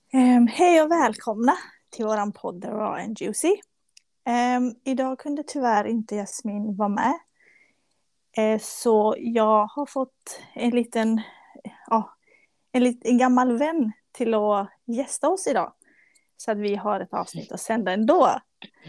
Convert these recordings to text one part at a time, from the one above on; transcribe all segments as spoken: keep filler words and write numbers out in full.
Um, hej och välkomna till våran podd Raw and Juicy. Um, idag kunde tyvärr inte Jasmin vara med. Uh, så jag har fått en liten, ja, en liten gammal vän till att gästa oss idag. Så att vi har ett avsnitt att sända ändå.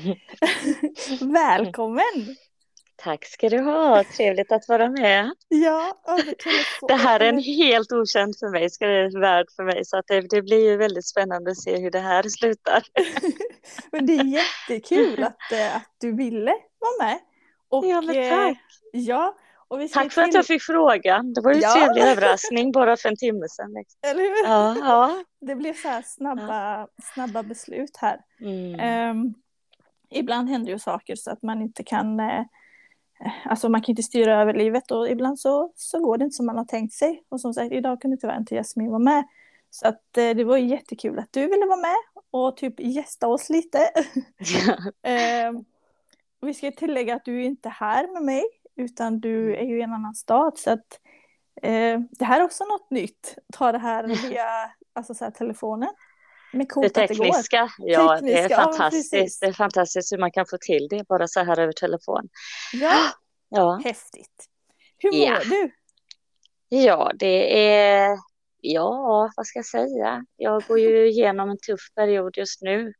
Välkommen! Tack ska du ha, trevligt att vara med. Ja, över telefon. Det här är en helt okänd för mig, ska det är värld för mig. Så att det, det blir ju väldigt spännande att se hur det här slutar. Men det är jättekul att, att du ville vara med. Och, ja, men tack. Ja, och vi ska tack för till... att jag fick frågan. Det var ju en ja. trevlig överraskning bara för en timme sedan. Liksom. Eller hur? Ja, ja. Det blev så här snabba, ja. snabba beslut här. Mm. Um, ibland händer ju saker så att man inte kan... Uh, alltså man kan inte styra över livet. Och ibland så, så går det inte som man har tänkt sig. Och som sagt, idag kunde tyvärr inte Jasmin vara med. Så att uh, det var jättekul att du ville vara med. Och typ gästa oss lite. um, och vi ska tillägga att du är inte här med mig. Utan du är ju i en annan stad. Så att uh, det här är också något nytt. Ta det här via alltså så här, telefonen. Med coolt det tekniska, att det går. ja, tekniska, det är fantastiskt. Ja, det är fantastiskt hur man kan få till det bara så här över telefon. Ja, ja. Häftigt. Hur mår ja. du? Ja, det är... Ja, vad ska jag säga? Jag går ju igenom en tuff period just nu.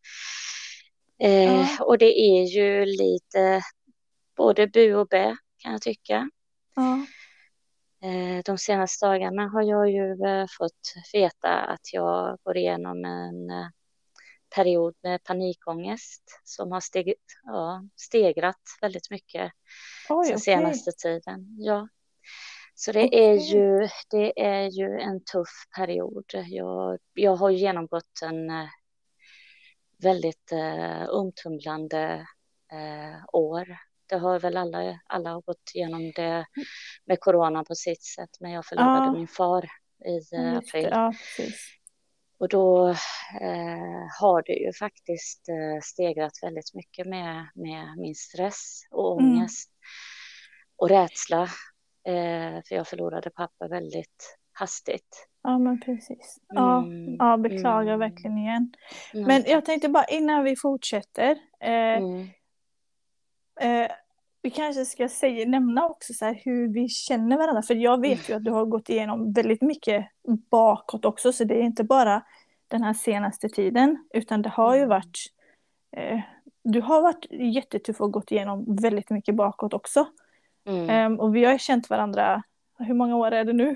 Eh, ja. Och det är ju lite både bu och bä, kan jag tycka. Ja. Eh, de senaste dagarna har jag ju eh, fått veta att jag går igenom en eh, period med panikångest som har steg, ja, stegrat väldigt mycket Oj, den okay. senaste tiden. Ja. Så det, okay. är ju, det är ju en tuff period. Jag, jag har genomgått en eh, väldigt eh, omtumlande eh, år. Det har väl alla, alla har gått igenom det med corona på sitt sätt. Men jag förlorade ja. min far i eh, april. Ja, precis. Och då eh, har det ju faktiskt eh, stegrat väldigt mycket med, med min stress och ångest mm. och rädsla. Eh, för jag förlorade pappa väldigt hastigt. Ja, men precis. Ja, mm. ja beklagar mm. verkligen igen. Mm. Men jag tänkte bara innan vi fortsätter. Eh, mm. eh, vi kanske ska säga, nämna också så här hur vi känner varandra. För jag vet ju att du har gått igenom väldigt mycket bakåt också. Så det är inte bara den här senaste tiden. Utan det har ju varit... Eh, du har varit jättetuff och gått igenom väldigt mycket bakåt också. Mm. Um, och vi har ju känt varandra... Hur många år är det nu?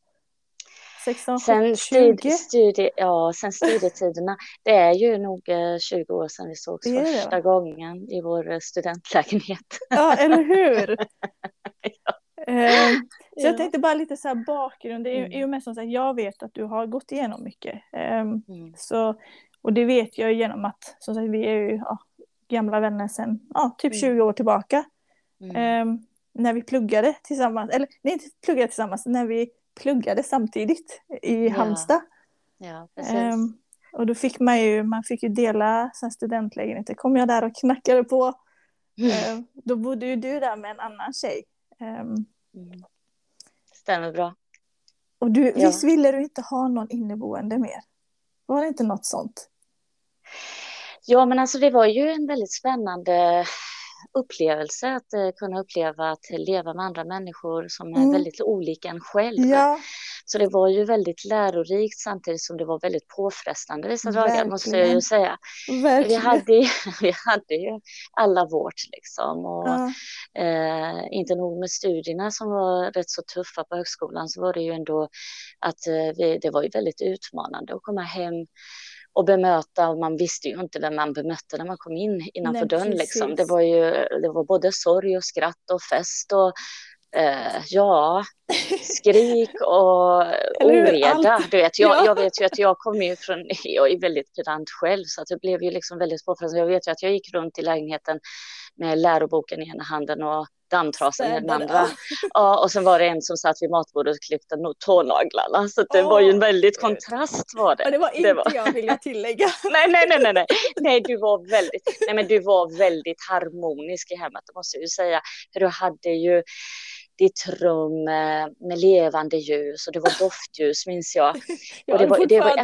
sexton, sen tjugo? Studie, ja, sen studietiderna. Det är ju nog eh, tjugo år sedan vi sågs det första det, gången i vår studentlägenhet. Ja, eller hur? ja. Um, så jag tänkte bara lite så här bakgrund. Det är mm. ju mest som sagt, jag vet att du har gått igenom mycket. Um, mm. så, och det vet jag genom att som sagt, vi är ju ja, gamla vänner sedan ja, typ mm. tjugo år tillbaka. Mm. Um, när vi pluggade tillsammans. Eller nej, inte pluggade tillsammans. När vi pluggade samtidigt i ja. Halmstad. Ja, precis. Um, och då fick man ju, man fick ju dela sen studentlägenheter. Kom jag där och knackade på. Mm. Um, då bodde ju du där med en annan tjej. Um, mm. Stämmer bra. Och du, ja. visst ville du inte ha någon inneboende mer? Var det inte något sånt? Ja, men alltså det var ju en väldigt spännande upplevelse att uh, kunna uppleva att leva med andra människor som är mm. väldigt olika en själv. Ja. Så det var ju väldigt lärorikt samtidigt som det var väldigt påfrestande vissa dagar, måste jag ju säga. Vi hade, vi hade ju alla vårt liksom. Och ja. eh, inte nog med studierna som var rätt så tuffa på högskolan, så var det ju ändå att eh, vi, det var ju väldigt utmanande att komma hem och bemöta, och man visste ju inte vem man bemötte när man kom in innanför dörren liksom. Det var ju det var både sorg och skratt och fest och eh, ja, skrik och oreda. Du vet, jag, jag vet ju att jag kom ju från, jag är väldigt pedant själv, så att det blev ju liksom väldigt påfrestande. Jag vet ju att jag gick runt i lägenheten med läroboken i ena handen och dammtrasan i den andra. Ja, och sen var det en som satt vid matbordet och klippte tånaglarna. Så det oh, var ju en väldigt kontrast var det. Och det var inte det var... jag vill jag tillägga. nej, nej, nej, nej, nej. Nej, du var väldigt, nej, men du var väldigt harmonisk i hemmet, det måste jag ju säga. För du hade ju ditt rum med levande ljus och det var doftljus, minns jag. jag och det var, det var, alltså,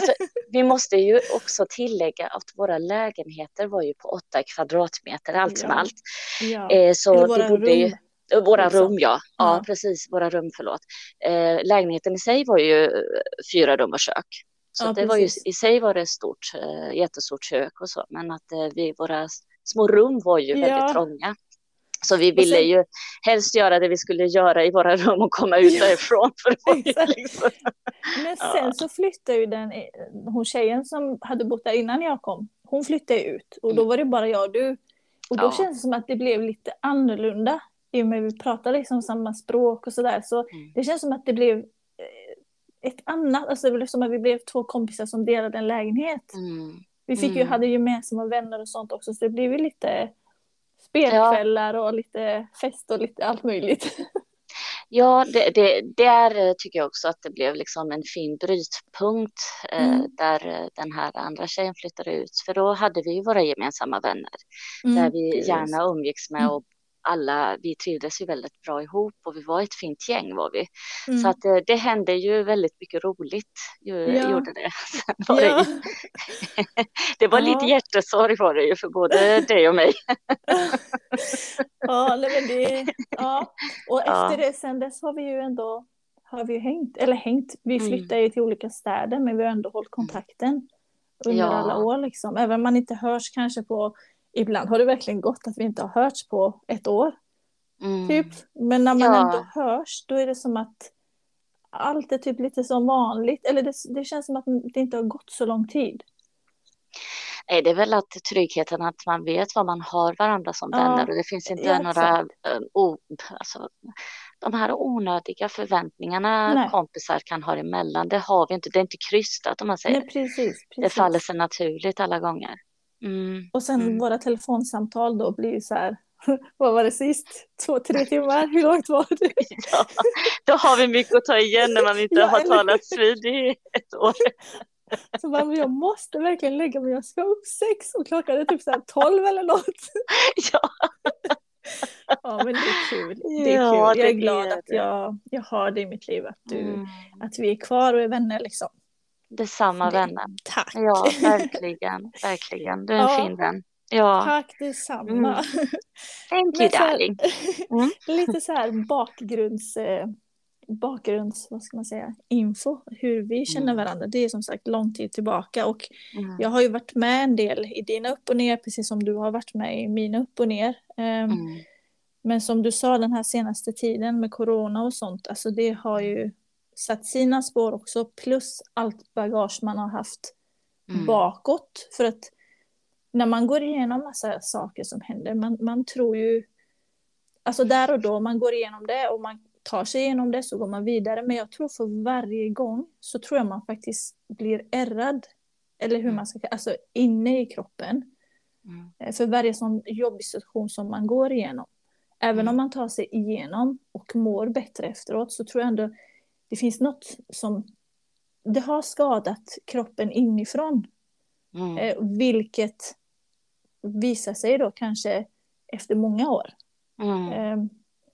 vi måste ju också tillägga att våra lägenheter var ju på åtta kvadratmeter, allt som Ja. allt. Ja. Eh, så Eller vi våra bodde rum. ju, våra liksom. rum, ja. ja. Ja, precis, våra rum, förlåt. Eh, lägenheten i sig var ju fyra rum och kök. Så ja, det var ju, precis. i sig var det stort, eh, jättestort kök och så, men att eh, vi, våra små rum var ju väldigt Ja. trånga. Så vi Och ville sen, ju helst göra det vi skulle göra i våra rum och komma ut Ja. därifrån. För det var ju Exakt. liksom, Men ja. sen så flyttade ju den, hon tjejen som hade bott där innan jag kom, hon flyttade ut och då Mm. var det bara jag och du. Och då Ja. känns det som att det blev lite annorlunda. I och med att vi pratar liksom samma språk och sådär. Så Mm. det känns som att det blev eh, ett annat, alltså det blev som att vi blev två kompisar som delade en lägenhet. Mm. Vi fick ju, Mm. hade gemensamma vänner och sånt också, så det blev ju lite Ja, spelkvällar och lite fest och lite allt möjligt. ja det, det, där tycker jag också att det blev liksom en fin brytpunkt eh, Mm. där eh, den här andra tjejen flyttade ut. För då hade vi ju våra gemensamma vänner där Mm. vi Gud. gärna umgicks med Mm. och alla, vi trivdes ju väldigt bra ihop och vi var ett fint gäng var vi. Mm. Så att eh, det hände ju väldigt mycket roligt, ju, Ja. gjorde det. Sen var Ja. det, ju, det var Ja. lite hjärtesorg var det ju för både dig och mig. Ja, nej men det, ja. Och Ja. efter det, sen dess har vi ju ändå, har vi ju hängt, eller hängt, vi Mm. flyttar ju till olika städer, men vi har ändå hållit kontakten under Ja. alla år liksom. Även om man inte hörs kanske på, ibland har det verkligen gått att vi inte har hörts på ett år, Mm. typ. Men när man Ja. ändå hörs, då är det som att allt är typ lite som vanligt, eller det, det känns som att det inte har gått så lång tid. Nej, det är väl att tryggheten att man vet vad man har varandra som Ja, vänner och det finns inte ja, några exakt. eh, o, alltså, de här onödiga förväntningarna Nej. kompisar kan ha emellan, det har vi inte, det är inte krystat om man säger. Nej, precis, Det precis. faller sig naturligt alla gånger. Mm. Och sen Mm. våra telefonsamtal då blir ju så här, vad var det sist? Två, tre timmar? Hur långt var det? Ja, då har vi mycket att ta igen när man inte Ja, har eller- talats vid i ett år. Så bara, men jag måste verkligen lägga mig, jag ska upp sex och klockan är typ så här tolv eller något. Ja, Ja, men det är kul. Det är ja, kul. Jag är det glad är att det. jag, jag har det i mitt liv, att, du, Mm. att vi är kvar och är vänner liksom. Detsamma, Det- vännen. Tack. Ja, verkligen, verkligen. Du är en Ja. fin vän. Ja, Tack detsamma. Mm. thank you Men så här, darling. Mm. lite så här bakgrunds, eh, bakgrunds, vad ska man säga, info, hur vi känner Mm. varandra. Det är som sagt lång tid tillbaka och Mm. jag har ju varit med en del i dina upp och ner, precis som du har varit med i mina upp och ner. Um, Mm. Men som du sa, den här senaste tiden med corona och sånt, alltså det har ju satt sina spår också, plus allt bagage man har haft Mm. bakåt. För att när man går igenom massa saker som händer, man, man tror ju, alltså där och då, man går igenom det och man tar sig igenom det så går man vidare. Men jag tror för varje gång så tror jag man faktiskt blir ärrad, eller hur Mm. man ska, alltså inne i kroppen. Mm. För varje sån jobbig situation som man går igenom. Även Mm. om man tar sig igenom och mår bättre efteråt, så tror jag ändå det finns något som det har skadat kroppen inifrån. Mm. Eh, vilket visar sig då kanske efter många år. Mm. Eh,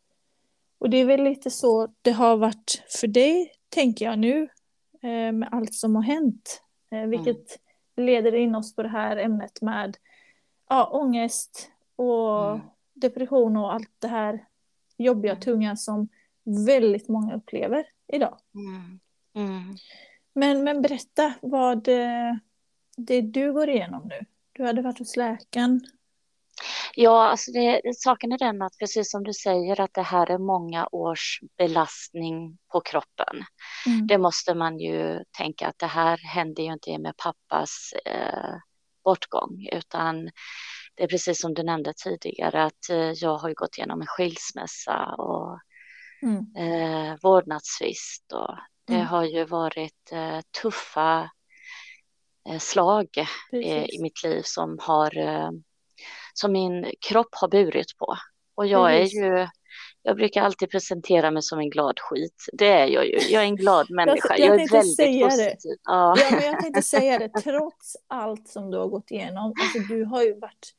och det är väl lite så det har varit för dig, tänker jag nu, eh, med allt som har hänt. Eh, vilket mm. leder in oss på det här ämnet med ja, ångest och Mm. depression och allt det här jobbiga, Mm. tunga som väldigt många upplever idag. Mm. Mm. Men, men berätta vad det, det du går igenom nu. Du hade varit hos läkaren. Ja, alltså det, saken är den att precis som du säger att det här är många års belastning på kroppen. Mm. Det måste man ju tänka att det här hände ju inte med pappas eh, bortgång, utan det är precis som du nämnde tidigare att eh, jag har ju gått igenom en skilsmässa och Mm. eh, vårdnadstvist och det Mm. har ju varit eh, tuffa eh, slag eh, i mitt liv som har eh, som min kropp har burit på. Och jag Precis. är ju, jag brukar alltid presentera mig som en glad skit. Det är jag ju. Jag är en glad människa. jag, jag, jag är tänkte väldigt säga positiv. Det. Ja. Ja, men jag tänkte säga det. Trots allt som du har gått igenom. Alltså du har ju varit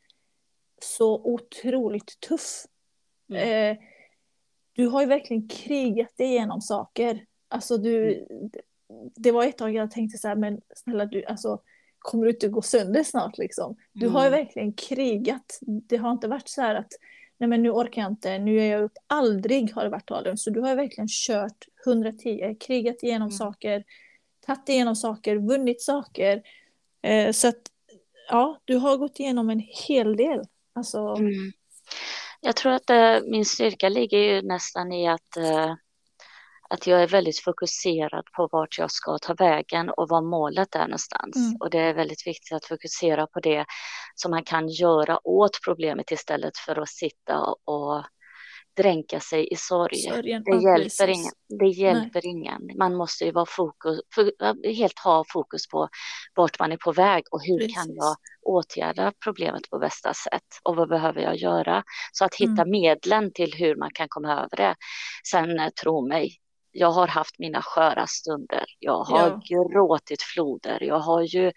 så otroligt tuff. Mm. Eh, du har ju verkligen krigat igenom saker. Alltså du, det var ett tag jag tänkte så här, men snälla du, alltså kommer du inte gå sönder snart liksom? Du har ju Mm. verkligen krigat. Det har inte varit så här att nej men nu orkar jag inte, nu är jag upp. Aldrig har det varit talen. Så du har ju verkligen kört hundratio, krigat igenom Mm. saker, tagit igenom saker, vunnit saker. Eh, så att ja, du har gått igenom en hel del. Alltså... Mm. Jag tror att äh, min styrka ligger ju nästan i att äh, att jag är väldigt fokuserad på vart jag ska ta vägen och vad målet är någonstans. Mm. Och det är väldigt viktigt att fokusera på det som man kan göra åt problemet istället för att sitta och dränka sig i sorg. Sorgen, det, ja, hjälper ingen, det hjälper ingen. Man måste ju vara fokus, för, helt ha fokus på vart man är på väg och hur precis. Kan jag åtgärda problemet på bästa sätt och vad behöver jag göra. Så att hitta mm. medlen till hur man kan komma över det. Sen tro mig, jag har haft mina sköra stunder. Jag har ja. gråtit floder. Jag har ju...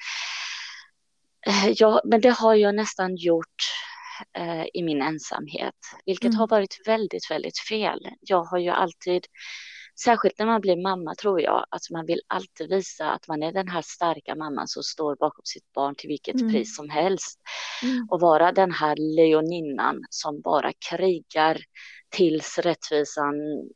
Jag, men det har jag nästan gjort eh, i min ensamhet. Vilket mm. har varit väldigt, väldigt fel. Jag har ju alltid... Särskilt när man blir mamma tror jag. Att man vill alltid visa att man är den här starka mamman som står bakom sitt barn till vilket mm. pris som helst. Mm. Och vara den här lejoninnan som bara krigar tills rättvisan...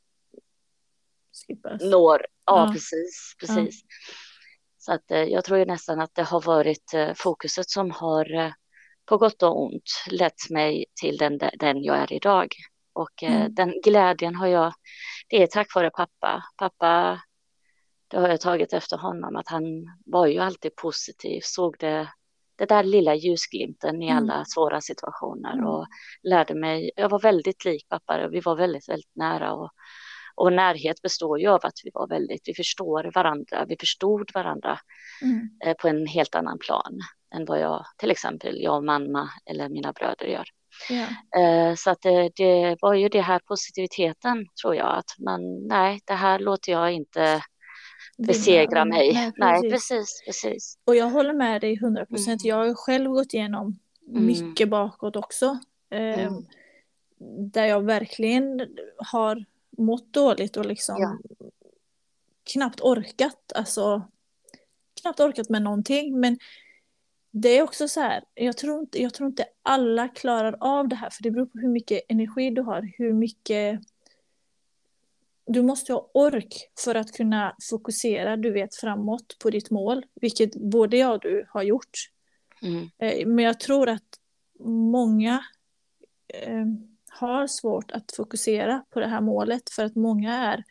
Skippas. Når, ja, ja. precis, precis. Ja. Så att eh, jag tror ju nästan att det har varit eh, fokuset som har eh, på gott och ont lett mig till den, den jag är idag. Och eh, mm. den glädjen har jag, det är tack vare pappa. Pappa, det har jag tagit efter honom, att han var ju alltid positiv, såg det, det där lilla ljusglimten i mm. alla svåra situationer mm. och lärde mig, jag var väldigt lik pappa, vi var väldigt, väldigt nära och Och närhet består ju av att vi var väldigt, vi förstår varandra, vi förstod varandra mm. eh, på en helt annan plan än vad jag, till exempel jag och mamma eller mina bröder gör. Yeah. Eh, så att det, det var ju det här positiviteten tror jag, att man, nej, det här låter jag inte besegra Vinna. mig. Nej precis. nej, precis, precis. Och jag håller med dig hundra procent. Mm. Jag har själv gått igenom mycket mm. bakåt också. Eh, mm. Där jag verkligen har mått dåligt och liksom ja. knappt orkat, alltså knappt orkat med någonting, men det är också så här, jag tror inte, jag tror inte alla klarar av det här, för det beror på hur mycket energi du har, hur mycket du måste ha ork för att kunna fokusera, du vet, framåt på ditt mål, vilket både jag och du har gjort. Mm. Men jag tror att många eh, har svårt att fokusera på det här målet, för att många är,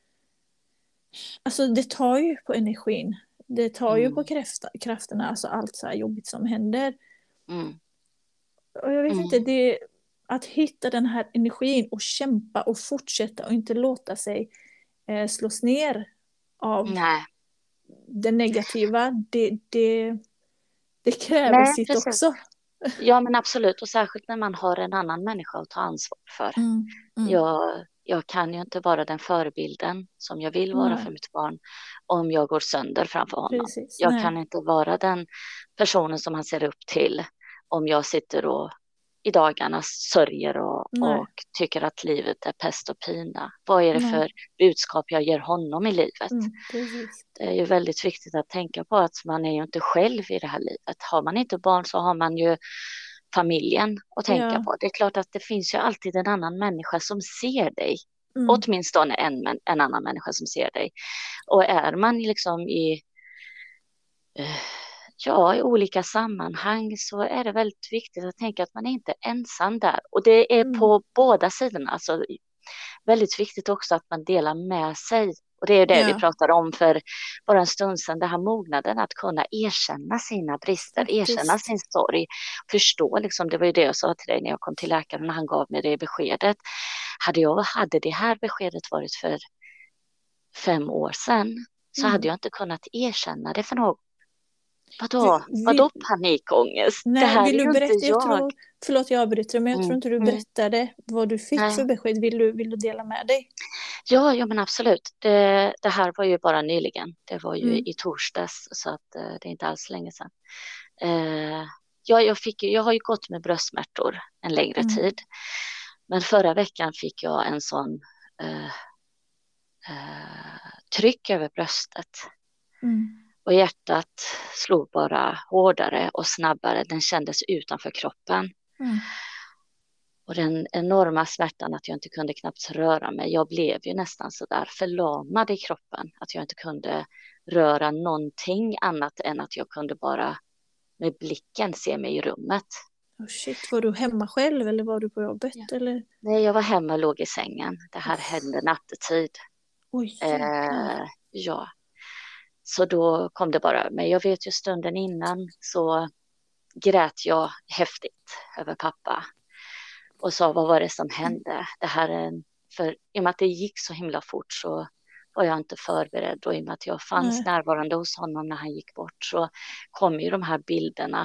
alltså det tar ju på energin, det tar mm. ju på kraft, krafterna, alltså allt så här jobbigt som händer. Mm. Och jag vet mm. inte, det är att hitta den här energin och kämpa och fortsätta och inte låta sig eh, slås ner av Nej. det negativa, det, det, det kräver Nej, sitt precis. också. Ja, men absolut. Och särskilt när man har en annan människa att ta ansvar för. Mm, mm. Jag, jag kan ju inte vara den förebilden som jag vill vara Nej. för mitt barn om jag går sönder framför honom. Precis, jag nej. kan inte vara den personen som han ser upp till om jag sitter och i dagarna sörjer och, och tycker att livet är pest och pina. Vad är det nej. för budskap jag ger honom i livet? Mm, det är ju väldigt viktigt att tänka på att man är ju inte själv i det här livet. Har man inte barn så har man ju familjen att tänka ja. på. Det är klart att det finns ju alltid en annan människa som ser dig. Mm. Åtminstone en, en annan människa som ser dig. Och är man liksom i... Uh, Ja, i olika sammanhang så är det väldigt viktigt att tänka att man är inte ensam där. Och det är mm. på båda sidorna. Alltså, väldigt viktigt också att man delar med sig. Och det är det ja. vi pratade om för bara en stund sedan. Det här mognaden att kunna erkänna sina brister, Faktiskt. erkänna sin sorg. Förstå, liksom, det var ju det jag sa till dig när jag kom till läkaren och han gav mig det beskedet. Hade, jag, hade det här beskedet varit för fem år sedan så mm. hade jag inte kunnat erkänna det för någon. Vadå? Vill, Vadå panikångest? Nej, det här vill är du ju berätta, inte jag. jag tror, förlåt jag avbryter, men jag mm. tror inte du berättade vad du fick Nej. för besked. Vill du, vill du dela med dig? Ja, ja men absolut. Det, det här var ju bara nyligen. Det var ju mm. i torsdags, så att uh, det är inte alls länge sedan. Uh, ja, jag, fick, jag har ju gått med bröstsmärtor en längre mm. tid. Men förra veckan fick jag en sån uh, uh, tryck över bröstet. Mm. Och hjärtat slog bara hårdare och snabbare. Den kändes utanför kroppen. Mm. Och den enorma smärtan att jag inte kunde knappt röra mig. Jag blev ju nästan så där förlamad i kroppen. Att jag inte kunde röra någonting annat än att jag kunde bara med blicken se mig i rummet. Oh shit, var du hemma själv eller var du på jobbet? Ja. Eller? Nej, jag var hemma och låg i sängen. Det här oh. hände nattetid. Oj, eh, ja. Så då kom det bara. Men jag vet ju stunden innan så grät jag häftigt över pappa. Och sa, vad var det som hände? Det här är en, för i och med att det gick så himla fort så var jag inte förberedd. Och i och med att jag fanns Nej. närvarande hos honom när han gick bort så kom ju de här bilderna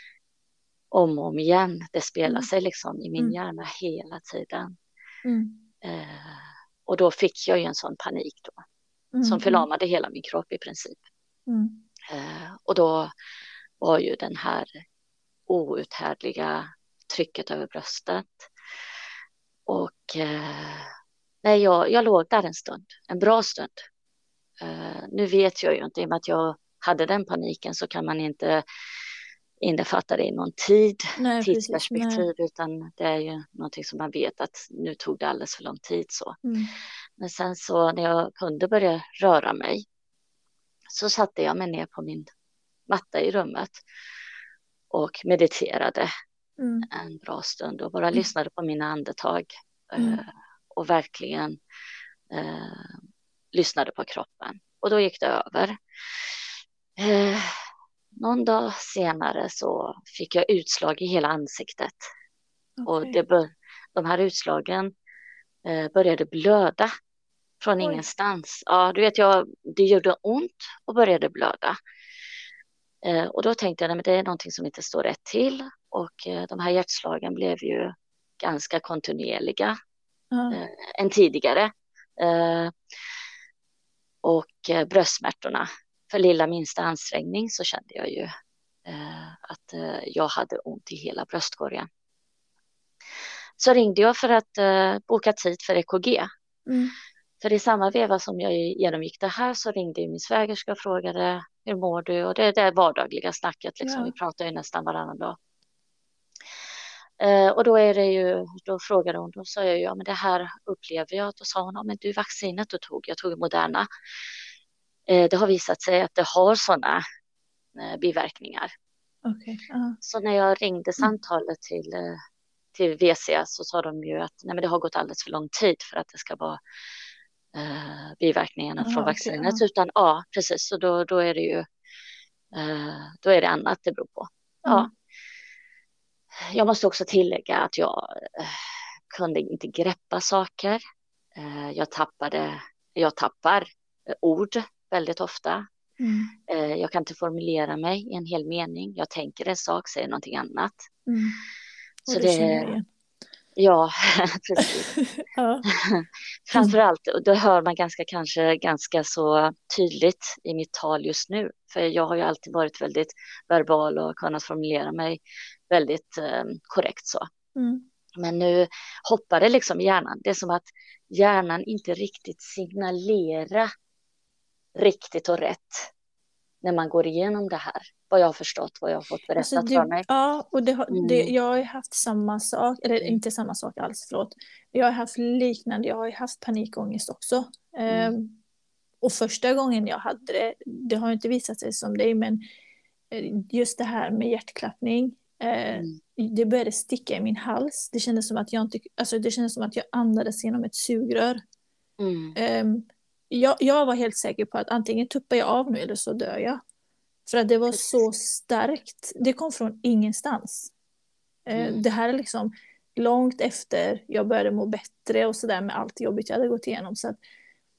om och om igen. Det spelar mm. sig liksom i min mm. hjärna hela tiden. Mm. Eh, och då fick jag ju en sån panik då. Mm. Som förlamade hela min kropp i princip. Mm. Eh, och då var ju den här outhärdliga trycket över bröstet. Och eh, nej, jag, jag låg där en stund, en bra stund. Eh, nu vet jag ju inte, i och med att jag hade den paniken så kan man inte innefatta det i någon tid, nej, tidsperspektiv, precis, utan det är ju någonting som man vet att nu tog det alldeles för lång tid så. Mm. Men sen så när jag kunde börja röra mig så satte jag mig ner på min matta i rummet och mediterade mm. en bra stund och bara mm. lyssnade på mina andetag mm. eh, och verkligen eh, lyssnade på kroppen. Och då gick det över. Eh, någon dag senare så fick jag utslag i hela ansiktet. Okay. Och det bör, de här utslagen eh, började blöda från Oj. ingenstans. Ja, du vet, jag, det gjorde ont och började blöda. Eh, och då tänkte jag att det är någonting som inte står rätt till. Och eh, de här hjärtslagen blev ju ganska kontinuerliga mm. eh, än tidigare. Eh, och eh, bröstsmärtorna. För lilla minsta ansträngning så kände jag ju eh, att eh, jag hade ont i hela bröstkorgen. Så ringde jag för att eh, boka tid för E K G. Mm. För i samma veva som jag genomgick det här så ringde min svägerska och frågade hur mår du? Och det är det vardagliga snacket, liksom. Ja. Vi pratar ju nästan varannan dag. Eh, och då är det ju, då frågade hon, då sa jag ju, ja men det här upplever jag. Då sa hon, ja men du, vaccinet du tog, jag tog Moderna. Eh, det har visat sig att det har sådana eh, biverkningar. Okay. Uh-huh. Så när jag ringde samtalet till, eh, till V C så sa de ju att nej men det har gått alldeles för lång tid för att det ska vara Uh, biverkningarna uh, från vaccinet okay, uh. utan ja precis, så då, då är det ju uh, då är det annat det beror på. Mm. Ja. Jag måste också tillägga att jag uh, kunde inte greppa saker. Uh, jag tappade jag tappar uh, ord väldigt ofta. Mm. Uh, jag kan inte formulera mig i en hel mening. Jag tänker en sak, säger någonting annat. Mm. Så det, det ja, precis. Ja. Framförallt, och då hör man ganska kanske ganska så tydligt i mitt tal just nu. För jag har ju alltid varit väldigt verbal och kunnat formulera mig väldigt eh, korrekt så. Mm. Men nu hoppar det liksom i hjärnan. Det är som att hjärnan inte riktigt signalerar riktigt och rätt när man går igenom det här. Vad jag har förstått, vad jag har fått berättat alltså det, för mig. Ja, och det, mm. det, jag har haft samma sak, eller mm. inte samma sak alls, förlåt. Jag har haft liknande, jag har haft panikångest också. Mm. Um, och första gången jag hade det, det har inte visat sig som det, men just det här med hjärtklappning, uh, mm. det började sticka i min hals. Det kändes som att jag inte, alltså det kändes som att jag andades genom ett sugrör. Mm. Um, jag, jag var helt säker på att antingen tuppar jag av nu eller så dör jag. För att det var så starkt. Det kom från ingenstans. Mm. Det här är liksom långt efter jag började må bättre och sådär med allt jobbigt jag hade gått igenom. Så att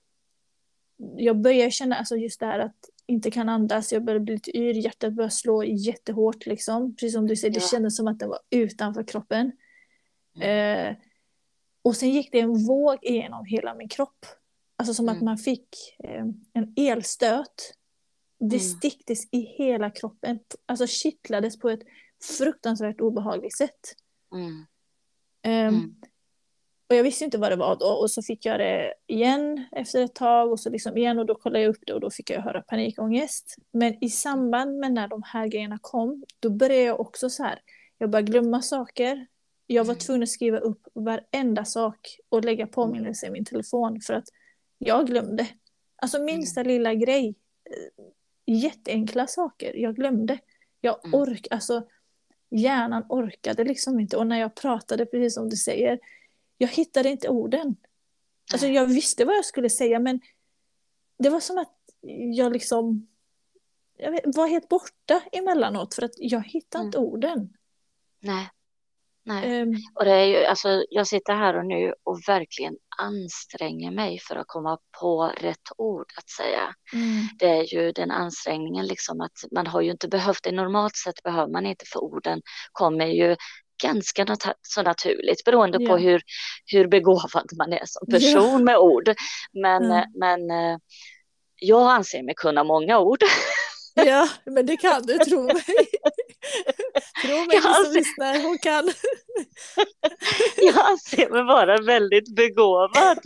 jag började känna alltså just det här att inte kan andas. Jag började bli lite yr. Hjärtat började slå jättehårt liksom. Precis som du säger, det ja. kändes som att det var utanför kroppen. Mm. Eh, och sen gick det en våg igenom hela min kropp. Alltså som mm. att man fick eh, en elstöt. Det mm. sticktes i hela kroppen. Alltså kittlades på ett fruktansvärt obehagligt sätt. Mm. Um, mm. Och jag visste inte vad det var då. Och så fick jag det igen efter ett tag. Och så liksom igen och då kollade jag upp det och då fick jag höra panikångest. Men i samband med när de här grejerna kom, då började jag också så här. Jag började glömma saker. Jag var tvungen att skriva upp varenda sak och lägga påminnelse i min telefon för att jag glömde. Alltså minsta mm. lilla grej. Jätteenkla saker. Jag glömde. Jag ork, alltså hjärnan orkade liksom inte. Och när jag pratade, precis som du säger, jag hittade inte orden. Alltså jag visste vad jag skulle säga, men det var som att jag liksom jag vet, var helt borta emellanåt för att jag hittade mm. inte orden. Nej. Nej. Um, och det är ju, alltså, jag sitter här och nu och verkligen anstränger mig för att komma på rätt ord att säga. Mm. Det är ju den ansträngningen liksom att man har ju inte behövt det. Normalt sett behöver man inte, för orden kommer ju ganska nat- så naturligt beroende ja. på hur, hur begåvad man är som person ja. med ord. Men, mm. men jag anser mig kunna många ord. Ja, men det kan du, tro mig. Tro mig, du som lyssnar, hon kan. Jag anser mig vara väldigt begåvad.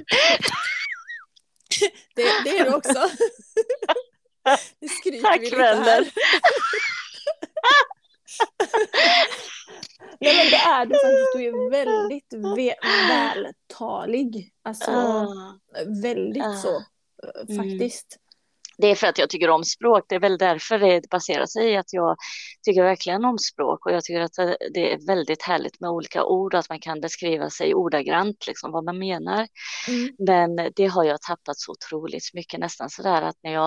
Det, det är du också. Det skriker Tack, vi lite vänner. här. Nej, men det är du faktiskt. Du är väldigt ve- vältalig. Alltså, ah. väldigt ah. så, faktiskt. Mm. Det är för att jag tycker om språk. Det är väl därför det baserar sig i att jag tycker verkligen om språk. Och jag tycker att det är väldigt härligt med olika ord. Att man kan beskriva sig ordagrant liksom, vad man menar. Mm. Men det har jag tappat så otroligt mycket. Nästan sådär att när jag,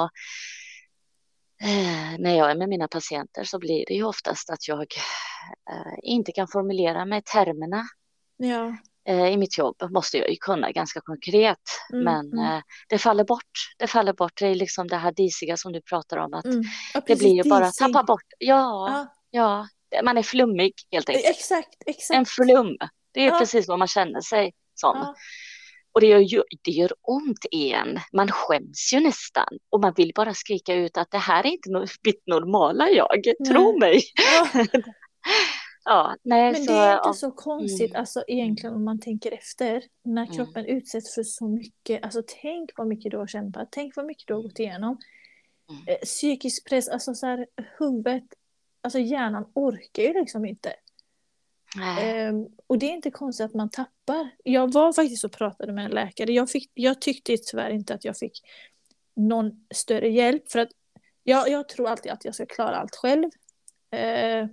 eh, när jag är med mina patienter så blir det ju oftast att jag eh, inte kan formulera mig termerna. Ja. I mitt jobb måste jag ju kunna ganska konkret, mm, men mm. Eh, det faller bort. Det faller bort. Det är liksom det här disiga som du pratar om. Att mm. ja, det blir ju disig. Bara tappa bort. Ja, ja, ja, man är flummig helt enkelt. Exakt, exakt. En flum. Det är ja. precis vad man känner sig som. Ja. Och det gör, det gör ont igen. Man skäms ju nästan. Och man vill bara skrika ut att det här är inte mitt normala jag. Nej. Tro mig. Ja. Ja, nej, men så, det är inte ja. så konstigt mm. alltså, egentligen om man tänker efter. När kroppen mm. utsätts för så mycket. Alltså tänk vad mycket du har kämpat. Tänk vad mycket du har gått igenom. Mm. Eh, psykisk press, alltså så här, huvudet, alltså hjärnan orkar ju liksom inte. Eh, och det är inte konstigt att man tappar. Jag var faktiskt och pratade med en läkare. Jag, fick, jag tyckte tyvärr inte att jag fick någon större hjälp. För att jag, jag tror alltid att jag ska klara allt själv. Eh,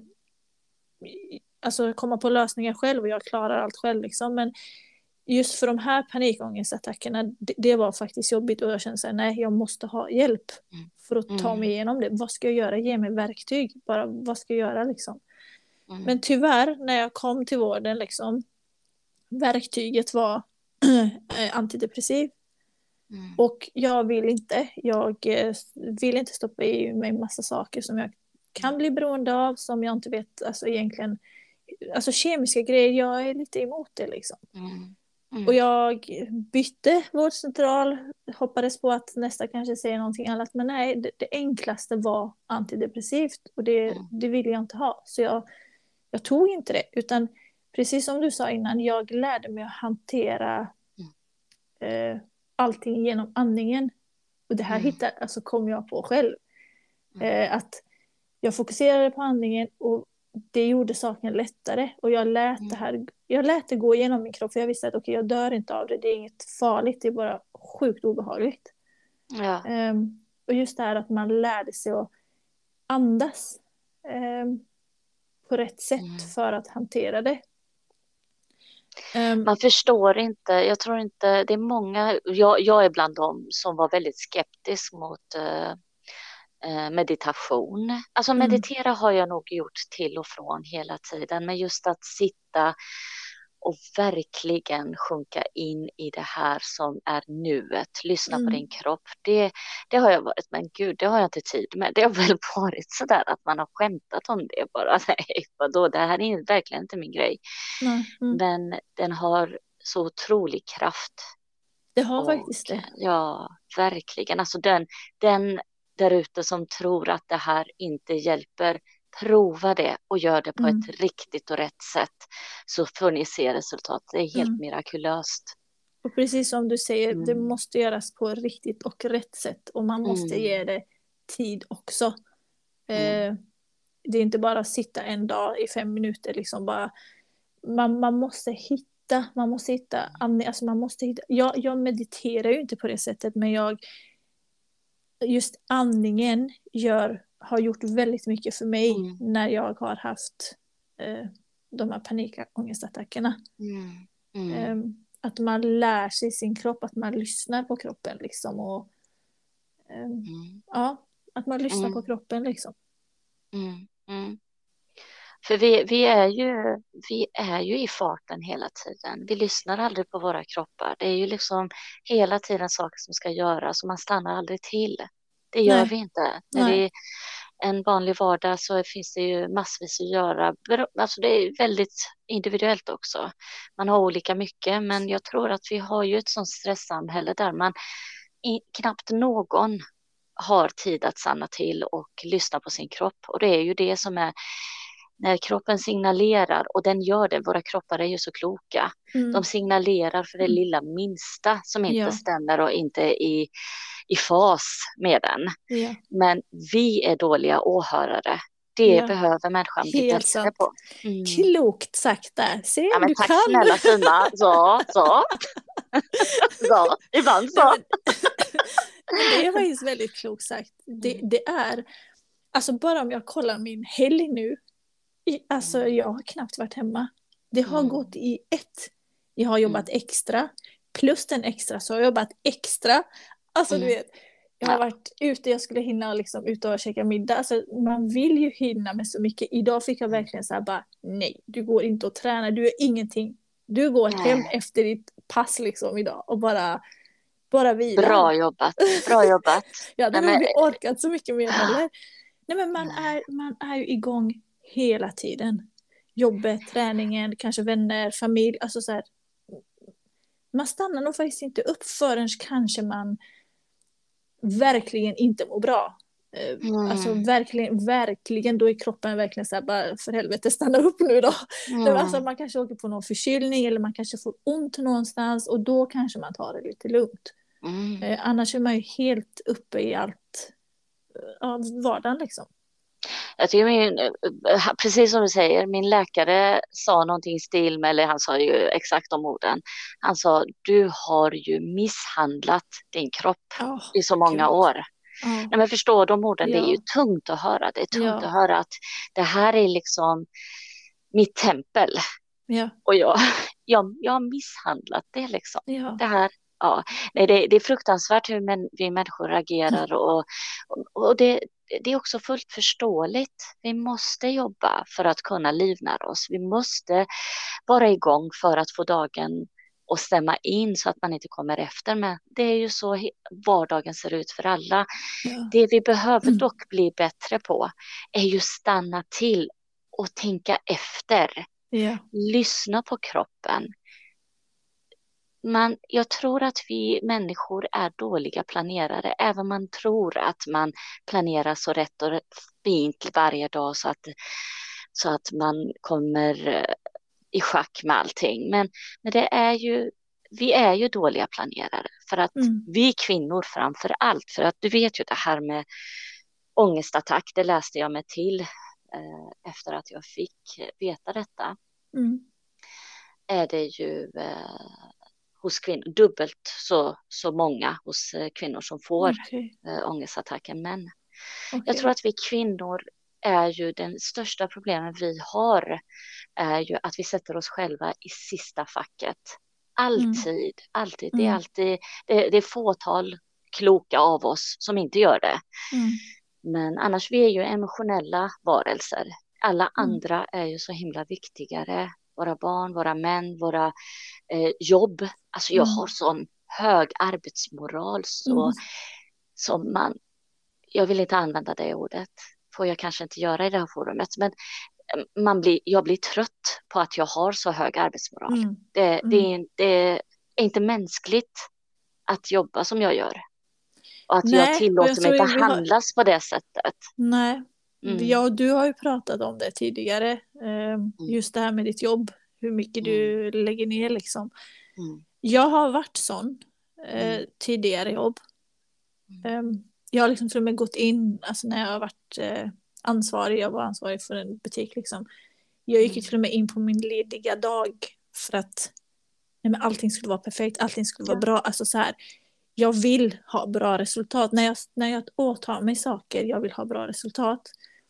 alltså komma på lösningar själv och jag klarar allt själv liksom. Men just för de här panikångestattackerna, det, det var faktiskt jobbigt och jag kände såhär, nej jag måste ha hjälp för att ta mig igenom det. Vad ska jag göra? Ge mig verktyg. Bara vad ska jag göra liksom? Mm. Men tyvärr när jag kom till vården liksom, verktyget var antidepressiv. Mm. Och jag vill inte, jag vill inte stoppa i mig massa saker som jag kan bli beroende av, som jag inte vet, alltså egentligen, alltså kemiska grejer, jag är lite emot det liksom. Mm. Mm. Och jag bytte vårdcentral, hoppades på att nästa kanske säger någonting annat, men nej, det, det enklaste var antidepressivt och det, mm. det ville jag inte ha, så jag, jag tog inte det, utan precis som du sa innan, jag lärde mig att hantera mm. eh, allting genom andningen, och det här mm. hittar, alltså kom jag på själv, mm. eh, att jag fokuserade på andningen och det gjorde saken lättare. Och jag lät, mm. det, här, jag lät det gå igenom min kropp. För jag visste att okay, jag dör inte av det. Det är inget farligt. Det är bara sjukt obehagligt. Ja. Um, och just det här att man lärde sig att andas um, på rätt sätt mm. för att hantera det. Um, man förstår inte. Jag tror inte. Det är många. Jag, jag är bland dem som var väldigt skeptisk mot Uh, meditation. Alltså meditera mm. har jag nog gjort till och från hela tiden, men just att sitta och verkligen sjunka in i det här som är nuet, lyssna mm. på din kropp, det, det har jag varit, men gud, det har jag inte tid med. Det har väl varit sådär att man har skämtat om det bara, nej, vadå, det här är verkligen inte min grej. Mm. Mm. Men den har så otrolig kraft. Det har och, faktiskt det. Ja, verkligen. Alltså den, den där ute som tror att det här inte hjälper, prova det och gör det på Mm. ett riktigt och rätt sätt, så får ni se resultat. Det är helt Mm. mirakulöst. Och precis som du säger, Mm. det måste göras på riktigt och rätt sätt. Och man måste Mm. ge det tid också. Mm. Eh, det är inte bara att sitta en dag i fem minuter. Liksom bara, man, man måste hitta, man måste hitta, alltså man måste hitta. Jag, jag mediterar ju inte på det sättet, men jag, just andningen gör, har gjort väldigt mycket för mig Mm. när jag har haft eh, de här panikångestattackerna. Mm. Mm. Eh, att man lär sig sin kropp, att man lyssnar på kroppen liksom. Och, eh, Mm. ja, att man lyssnar Mm. på kroppen liksom. Mm. Mm. För vi, vi, är ju, vi är ju i farten hela tiden. Vi lyssnar aldrig på våra kroppar. Det är ju liksom hela tiden saker som ska göras och man stannar aldrig till. Det gör Nej. vi inte. När Nej. vi en vanlig vardag så finns det ju massvis att göra. Alltså det är väldigt individuellt också. Man har olika mycket, men jag tror att vi har ju ett sånt stresssamhälle där man i, knappt någon har tid att stanna till och lyssna på sin kropp. Och det är ju det som är när kroppen signalerar, och den gör det, våra kroppar är ju så kloka. Mm. De signalerar för det Mm. lilla minsta som inte Ja. stämmer och inte är i, i fas med den. Ja. Men vi är dåliga åhörare. Det Ja. behöver människan bli Helt bättre sant. på. Mm. Klokt sagt där. Se, Ja, men du tack kan. snälla fina. Så, så. så, ibland så. Nej, men, det är faktiskt väldigt klokt sagt. Det, det är, alltså bara om jag kollar min helg nu, alltså jag har knappt varit hemma. Det har Mm. gått i ett. Jag har jobbat Mm. extra. Plus den extra så har jag jobbat extra. Alltså Mm. du vet, jag har Ja. varit ute, jag skulle hinna liksom ut och käka middag. Alltså man vill ju hinna med så mycket. Idag fick jag verkligen så här bara, nej, du går inte och tränar, du gör ingenting. Du går Nej. hem efter ditt pass liksom idag och bara, bara vilar. Bra jobbat, bra jobbat. Jag hade Nej, nog men... inte orkat så mycket mer heller. Nej men man är, man är ju igång hela tiden. Jobbet, träningen, kanske vänner, familj. Alltså så här, man stannar nog faktiskt inte upp förrän kanske man verkligen inte mår bra. Mm. Alltså verkligen, verkligen, då är kroppen verkligen så här, bara för helvete stanna upp nu då. Mm. Alltså man kanske åker på någon förkylning eller man kanske får ont någonstans och då kanske man tar det lite lugnt. Mm. Eh, annars är man ju helt uppe i allt av vardagen liksom. Jag tycker min, precis som du säger, min läkare sa någonting i stil med, eller han sa ju exakt de orden. Han sa, du har ju misshandlat din kropp oh, i så många Gud. år. Oh. Nej, men förstår de orden, Ja. det är ju tungt att höra. Det är tungt Ja. att höra att det här är liksom mitt tempel. Ja. Och jag, jag, jag har misshandlat det liksom. Ja. Det här. Ja, nej, det, det är fruktansvärt hur män, vi människor agerar och, och, och det, det är också fullt förståeligt. Vi måste jobba för att kunna livnära oss. Vi måste vara igång för att få dagen att stämma in så att man inte kommer efter. Men det är ju så vardagen ser ut för alla. Ja. Det vi behöver dock bli bättre på är ju stanna till och tänka efter. Ja. Lyssna på kroppen. Man, jag tror att vi människor är dåliga planerare, även om man tror att man planerar så rätt och fint varje dag så att, så att man kommer i schack med allting. Men, men det är ju, vi är ju dåliga planerare för att mm. vi kvinnor framför allt, för att du vet ju det här med ångestattack, det läste jag mig till eh, efter att jag fick veta detta. Mm. Är det ju eh, hos kvinnor, dubbelt så, så många hos kvinnor som får okay. äh, ångestattacker än män. Okay. Jag tror att vi kvinnor är ju den största problemen vi har är ju att vi sätter oss själva i sista facket. Alltid, mm. alltid. Det är mm. alltid, det, det är fåtal kloka av oss som inte gör det. Mm. Men annars, vi är ju emotionella varelser. Alla mm. andra är ju så himla viktigare. Våra barn, våra män, våra eh, jobb. Alltså jag mm. har sån hög arbetsmoral så mm. som man, jag vill inte använda det ordet, får jag kanske inte göra i det här forumet, men man blir, jag blir trött på att jag har så hög arbetsmoral. Mm. Det, mm. det, är, det är inte mänskligt att jobba som jag gör. Och att Nej, jag tillåter jag mig behandlas har... på det sättet. Nej. Mm. Ja, du har ju pratat om det tidigare. Eh, just det här med ditt jobb. Hur mycket mm. du lägger ner liksom. Mm. Jag har varit sån eh, mm. tidigare jobb. Mm. Eh, jag har liksom till och med gått in, alltså när jag har varit eh, ansvarig, jag var ansvarig för en butik liksom. Jag gick ju till och med in på min lediga dag för att nej, men allting skulle vara perfekt, allting skulle vara ja. bra. Alltså så här, jag vill ha bra resultat. När jag, när jag åtar mig saker, jag vill ha bra resultat.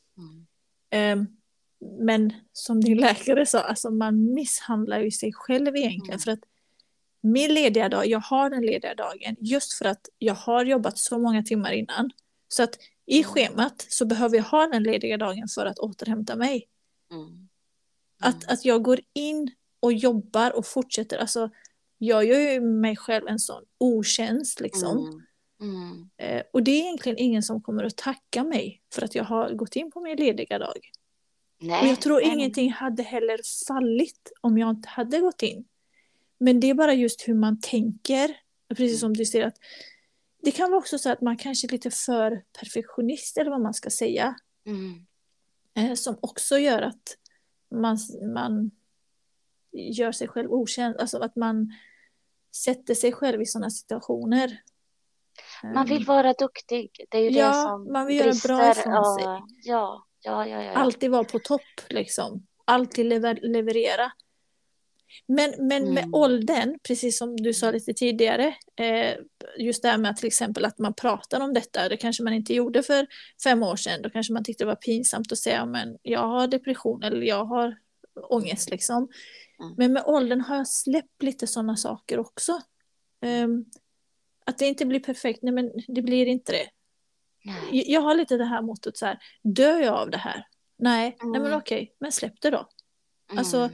Mm. Um, men som din läkare sa, alltså man misshandlar ju sig själv egentligen. Mm. För att min lediga dag, jag har den lediga dagen just för att jag har jobbat så många timmar innan. Så att i schemat så behöver jag ha den lediga dagen för att återhämta mig. Mm. Mm. Att, att jag går in och jobbar och fortsätter. Alltså, jag gör ju mig själv en sån otjänst liksom. Mm. Mm. Eh, och det är egentligen ingen som kommer att tacka mig för att jag har gått in på min lediga dag. Nej, och jag tror nej. ingenting hade heller fallit om jag inte hade gått in. Men det är bara just hur man tänker. Precis som du säger att det kan vara också så att man kanske är lite för perfektionist eller vad man ska säga. Mm. Eh, som också gör att man, man gör sig själv okänd. Alltså att man sätter sig själv i sådana situationer. Man vill vara duktig. Det är ju ja, det som man vill brister. Göra bra ifrån ja, sig. Ja, ja, ja, ja. Alltid vara på topp liksom. Alltid lever, leverera. Men, men mm. med åldern, precis som du sa lite tidigare, eh, just det här med till exempel att man pratar om detta, det kanske man inte gjorde för fem år sedan, då kanske man tyckte det var pinsamt att säga, men jag har depression eller jag har ångest liksom. Mm. Men med åldern har jag släppt lite sådana saker också. Um, att det inte blir perfekt, nej men det blir inte det. Nej. Jag har lite det här mottot så här, dör jag av det här? Nej, mm. nej men okej, men släpp det då. Mm. Alltså,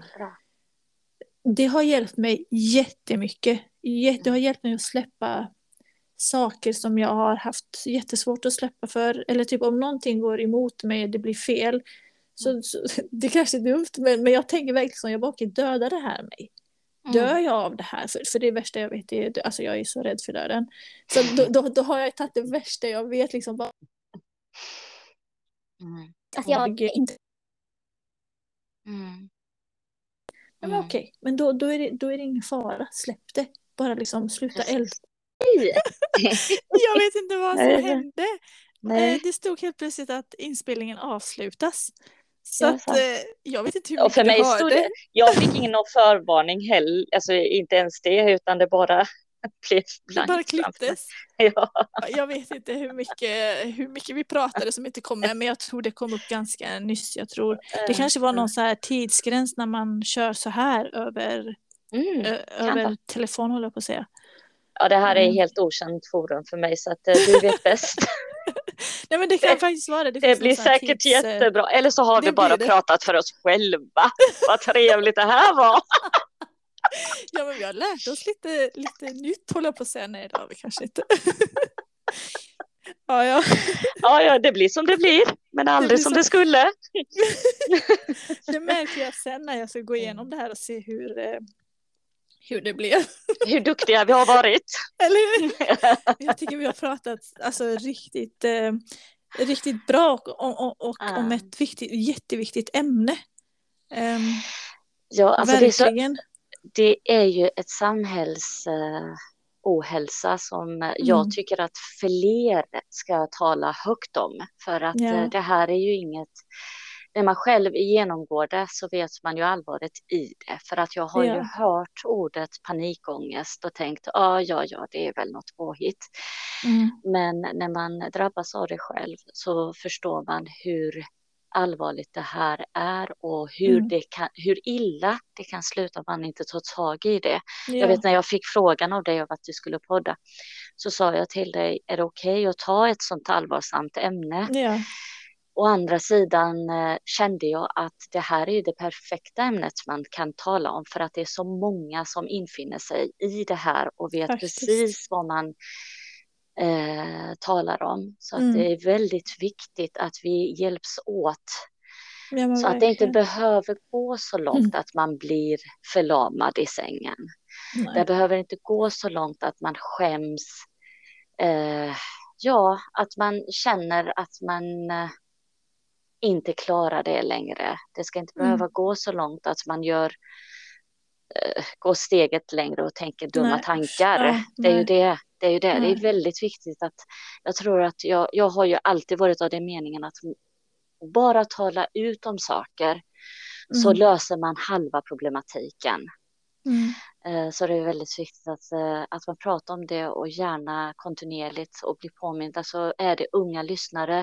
det har hjälpt mig jättemycket. Det har hjälpt mig att släppa saker som jag har haft jättesvårt att släppa för. Eller typ om någonting går emot mig, det blir fel. Så, så det kanske är dumt, men, men jag tänker verkligen som jag bara, okej, döda det här mig. Dör jag av det här? För, för det värsta jag vet är, alltså jag är så rädd för döden. Så då, då, då har jag tagit det värsta jag vet liksom bara. Mm. Alltså jag inte. Mm. Ja, men okej, men då, då, är det, då är det ingen fara. Släpp det. Bara liksom sluta eld. Jag vet inte vad som hände. Nej. Det stod helt plötsligt att inspelningen avslutas. Så ja, att, jag vet inte hur mycket och för mig du hörde. Stod det, jag fick ingen förvarning heller. Alltså inte ens det, utan det bara blev blankt. Det bara klipptes. Ja. Jag vet inte hur mycket, hur mycket vi pratade som inte kom med, men jag tror det kom upp ganska nyss. Jag tror det kanske var någon så här tidsgräns när man kör så här över, mm, ö, över telefon, håller jag på att säga. Ja, det här är helt okänt forum för mig, så att du vet bäst. Nej, men det kan det, faktiskt vara det. Det, det blir säkert tids... jättebra. Eller så har vi bara pratat för oss själva. Vad trevligt det här var. Ja, men vi har lärt oss lite, lite nytt, håller jag på att säga. Nej, det har vi kanske inte. Ja, ja. Ja, ja, det blir som det blir. Men aldrig det som så... det skulle. Det märker jag sen när jag ska gå igenom det här och se hur... Eh... hur det blev. Hur duktiga vi har varit. Eller jag tycker vi har pratat alltså, riktigt, eh, riktigt bra och, och, och ah. om ett viktigt, jätteviktigt ämne. Um, ja, alltså verkligen. Det är, så, det är ju ett samhälls uh, ohälsa som mm. jag tycker att fler ska tala högt om. För att ja. uh, det här är ju inget... När man själv genomgår det så vet man ju allvaret i det. För att jag har ja. ju hört ordet panikångest och tänkt, ah, ja, ja, det är väl något påhitt. Mm. Men när man drabbas av det själv så förstår man hur allvarligt det här är och hur, mm. det kan, hur illa det kan sluta om man inte tar tag i det. Ja. Jag vet när jag fick frågan av dig om att du skulle podda, så sa jag till dig, är det okej okay att ta ett sånt allvarsamt ämne? Ja. Å andra sidan eh, kände jag att det här är det perfekta ämnet man kan tala om, för att det är så många som infinner sig i det här och vet Faktiskt. precis vad man eh, talar om. Så mm. att det är väldigt viktigt att vi hjälps åt. Ja, så att det inte behöver gå så långt mm. att man blir förlamad i sängen. Nej. Det behöver inte gå så långt att man skäms. Eh, ja, att man känner att man... Eh, inte klarar det längre. Det ska inte behöva mm. gå så långt att man gör uh, går steget längre och tänker dumma nej. tankar. Ja, det är ju det. Det är ju det. Det är väldigt viktigt att jag tror att jag, jag har ju alltid varit av den meningen att bara tala ut om saker mm. så löser man halva problematiken. Mm. Så det är väldigt viktigt att, att man pratar om det och gärna kontinuerligt och blir påminda. Så är det unga lyssnare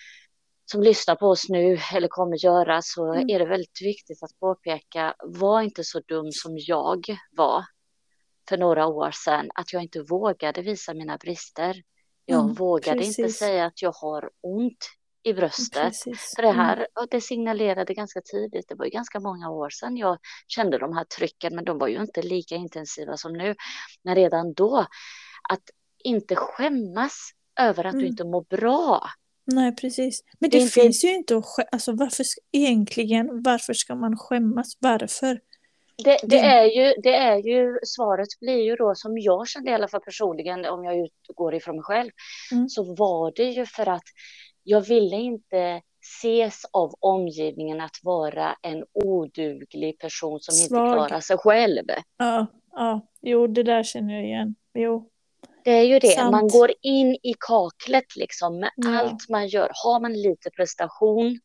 som lyssnar på oss nu eller kommer göra, så mm. är det väldigt viktigt att påpeka, var inte så dum som jag var för några år sedan, att jag inte vågade visa mina brister. Jag mm, vågade precis. inte säga att jag har ont i bröstet. Precis. För det här, mm. det signalerade ganska tidigt. Det var ju ganska många år sedan jag kände de här trycken, men de var ju inte lika intensiva som nu. Men redan då, att inte skämmas över att mm. du inte mår bra. Nej, precis. Men det, det finns inte... ju inte att skämmas. Alltså varför egentligen, varför ska man skämmas? Varför? Det, det, det... Är ju, det är ju, svaret blir ju då, som jag kände i alla fall personligen, om jag utgår ifrån mig själv, mm. så var det ju för att jag ville inte ses av omgivningen att vara en oduglig person som Svag. inte klarar sig själv. Ja, ja, jo, det där känner jag igen. Jo. Det är ju det, Sant. man går in i kaklet liksom med ja. allt man gör. Har man lite prestation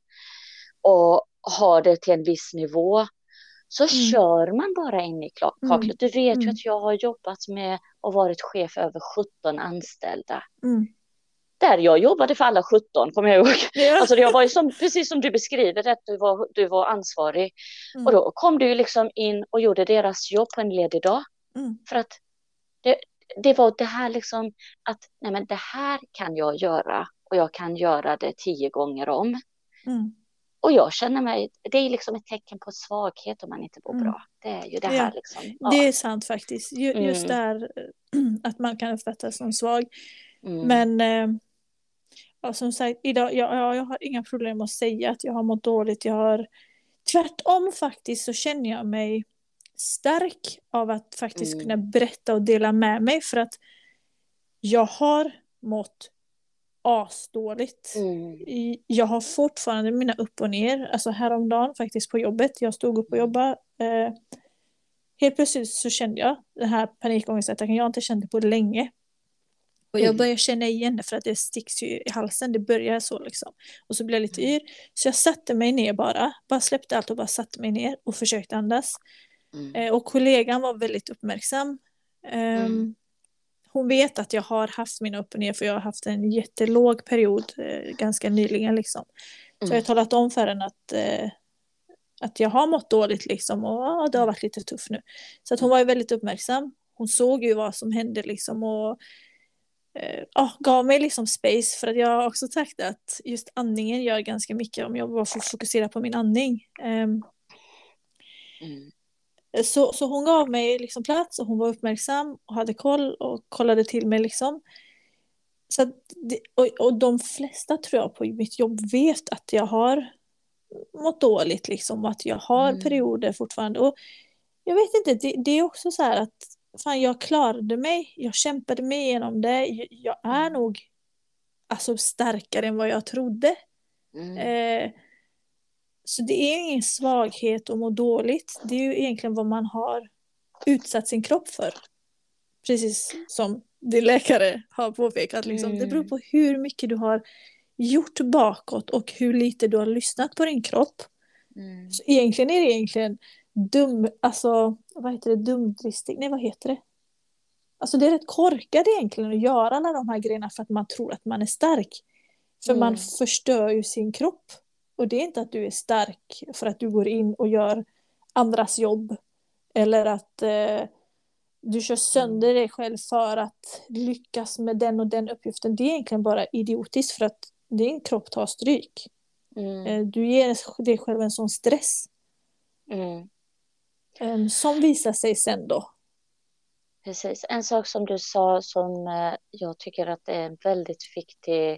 och har det till en viss nivå, så mm. kör man bara in i kaklet. Mm. Du vet mm. ju att jag har jobbat med och varit chef över sjutton anställda. Mm. Där jag jobbade för alla sjutton, kommer jag ihåg. Ja. Alltså jag var ju som, precis som du beskriver, att du var, du var ansvarig. Mm. Och då kom du ju liksom in och gjorde deras jobb på en ledig dag. Mm. För att det, det var det här liksom, att nej men det här kan jag göra. Och jag kan göra det tio gånger om. Mm. Och jag känner mig, det är liksom ett tecken på svaghet om man inte mår mm. bra. Det är ju det här ja. liksom. Ja. Det är sant faktiskt. Just mm. där att man kan uppfattas som svag. Mm. Men eh, ja, som sagt, idag, jag, jag, jag har inga problem att säga att jag har mått dåligt. Jag har, tvärtom faktiskt så känner jag mig stark av att faktiskt mm. kunna berätta och dela med mig. För att jag har mått asdåligt. Mm. Jag har fortfarande mina upp och ner. Alltså häromdagen faktiskt på jobbet. Jag stod upp och jobbade. Eh, helt plötsligt så kände jag den här panikångestattacken. Jag har inte känt det på länge. Och jag börjar känna igen det för att det sticks ju i halsen. Det börjar så liksom. Och så blir jag lite yr. Så jag satte mig ner bara. Bara släppte allt och bara satte mig ner. Och försökte andas. Mm. Eh, och kollegan var väldigt uppmärksam. Um, mm. Hon vet att jag har haft mina upp och ner. För jag har haft en jättelåg period. Eh, ganska nyligen liksom. Så jag har talat om för henne att... Eh, att jag har mått dåligt liksom. Och ah, det har varit lite tufft nu. Så att hon var ju väldigt uppmärksam. Hon såg ju vad som hände liksom. Och... Ja, gav mig liksom space, för att jag har också sagt att just andningen gör ganska mycket om jag bara får fokusera på min andning. Um, mm. så, så hon gav mig liksom plats och hon var uppmärksam och hade koll och kollade till mig liksom. Så att det, och, och de flesta tror jag på mitt jobb vet att jag har mått dåligt liksom, och att jag har mm. perioder fortfarande. Och jag vet inte, det, det är också så här att fan, jag klarade mig. Jag kämpade mig igenom det. Jag, jag är nog alltså, starkare än vad jag trodde. Mm. Eh, så det är ingen svaghet att må dåligt. Det är ju egentligen vad man har utsatt sin kropp för. Precis som din läkare har påpekat. Liksom. Mm. Det beror på hur mycket du har gjort bakåt och hur lite du har lyssnat på din kropp. Mm. Så egentligen är det egentligen dum, alltså vad heter det, dumdristig, nej vad heter det? Alltså det är rätt korkat egentligen att göra alla de här grejerna för att man tror att man är stark. För mm. man förstör ju sin kropp. Och det är inte att du är stark för att du går in och gör andras jobb. Eller att eh, du kör sönder mm. dig själv för att lyckas med den och den uppgiften. Det är egentligen bara idiotiskt för att din kropp tar stryk. Mm. Eh, du ger dig själv en sån stress. Mm. Um, som visar sig sen då. Precis. En sak som du sa som eh, jag tycker att det är en väldigt viktig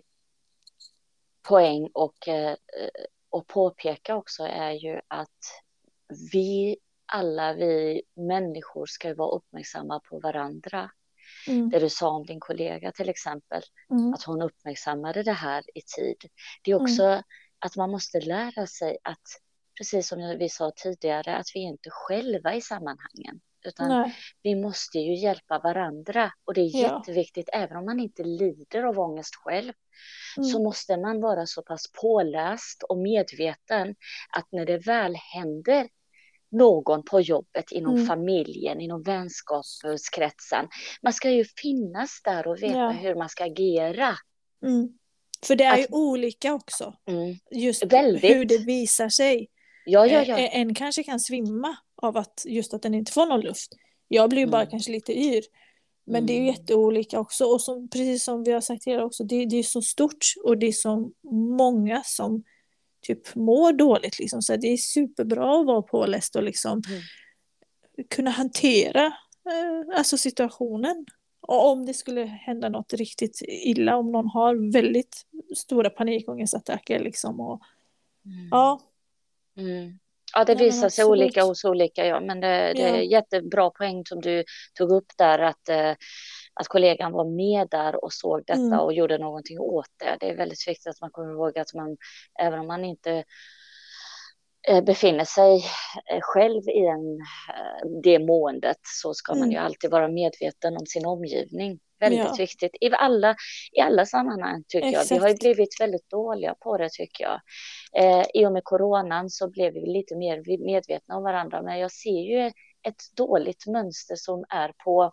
poäng och, eh, och påpeka också är ju att vi alla, vi människor ska vara uppmärksamma på varandra. Mm. Det du sa om din kollega till exempel, mm. att hon uppmärksammade det här i tid. Det är också mm. att man måste lära sig att, precis som vi sa tidigare, att vi inte är själva i sammanhangen. Utan Nej. vi måste ju hjälpa varandra. Och det är ja. jätteviktigt, även om man inte lider av ångest själv. Mm. Så måste man vara så pass påläst och medveten att när det väl händer någon på jobbet, inom mm. familjen, inom vänskapskretsen. Man ska ju finnas där och veta ja. hur man ska agera. Mm. För det är att, ju olika också. Mm. Just Väldigt. hur det visar sig. Ja, ja, ja. En kanske kan svimma av att just att den inte får någon luft. Jag blir ju bara mm. kanske lite yr. Men mm. det är ju jätteolika också. Och som, precis som vi har sagt tidigare också, det, det är så stort och det är så många som typ mår dåligt. Liksom. Så det är superbra att vara påläst och liksom mm. kunna hantera eh, alltså situationen. Och om det skulle hända något riktigt illa, om någon har väldigt stora panikångestattacker liksom. Och, mm. ja. Mm. Ja, det visar ja, sig olika hos olika, ja. Men det, det är ja. jättebra poäng som du tog upp där, att, eh, att kollegan var med där och såg detta mm. och gjorde någonting åt det. Det är väldigt viktigt att man kommer ihåg att man, även om man inte eh, befinner sig eh, själv i en, eh, det måendet, så ska mm. man ju alltid vara medveten om sin omgivning. Väldigt ja. viktigt i alla, i alla sammanhang, tycker Exakt. jag. Vi har ju blivit väldigt dåliga på det, tycker jag. Eh, I och med coronan så blev vi lite mer medvetna om varandra. Men jag ser ju ett dåligt mönster som är på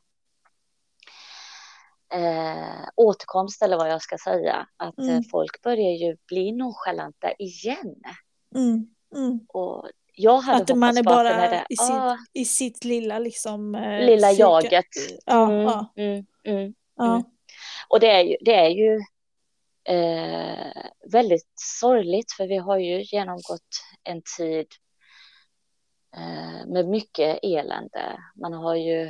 eh, återkomst, eller vad jag ska säga. Att mm. eh, folk börjar ju bli nonchalanta igen. Mm. Mm. Och jag hade att man är bara det, i, sitt, ah, i sitt lilla liksom... Eh, lilla psyka. jaget. Ja, mm, ja. Mm, mm, ja. Mm. Och det är ju, det är ju eh, väldigt sorgligt, för vi har ju genomgått en tid eh, med mycket elände. Man har ju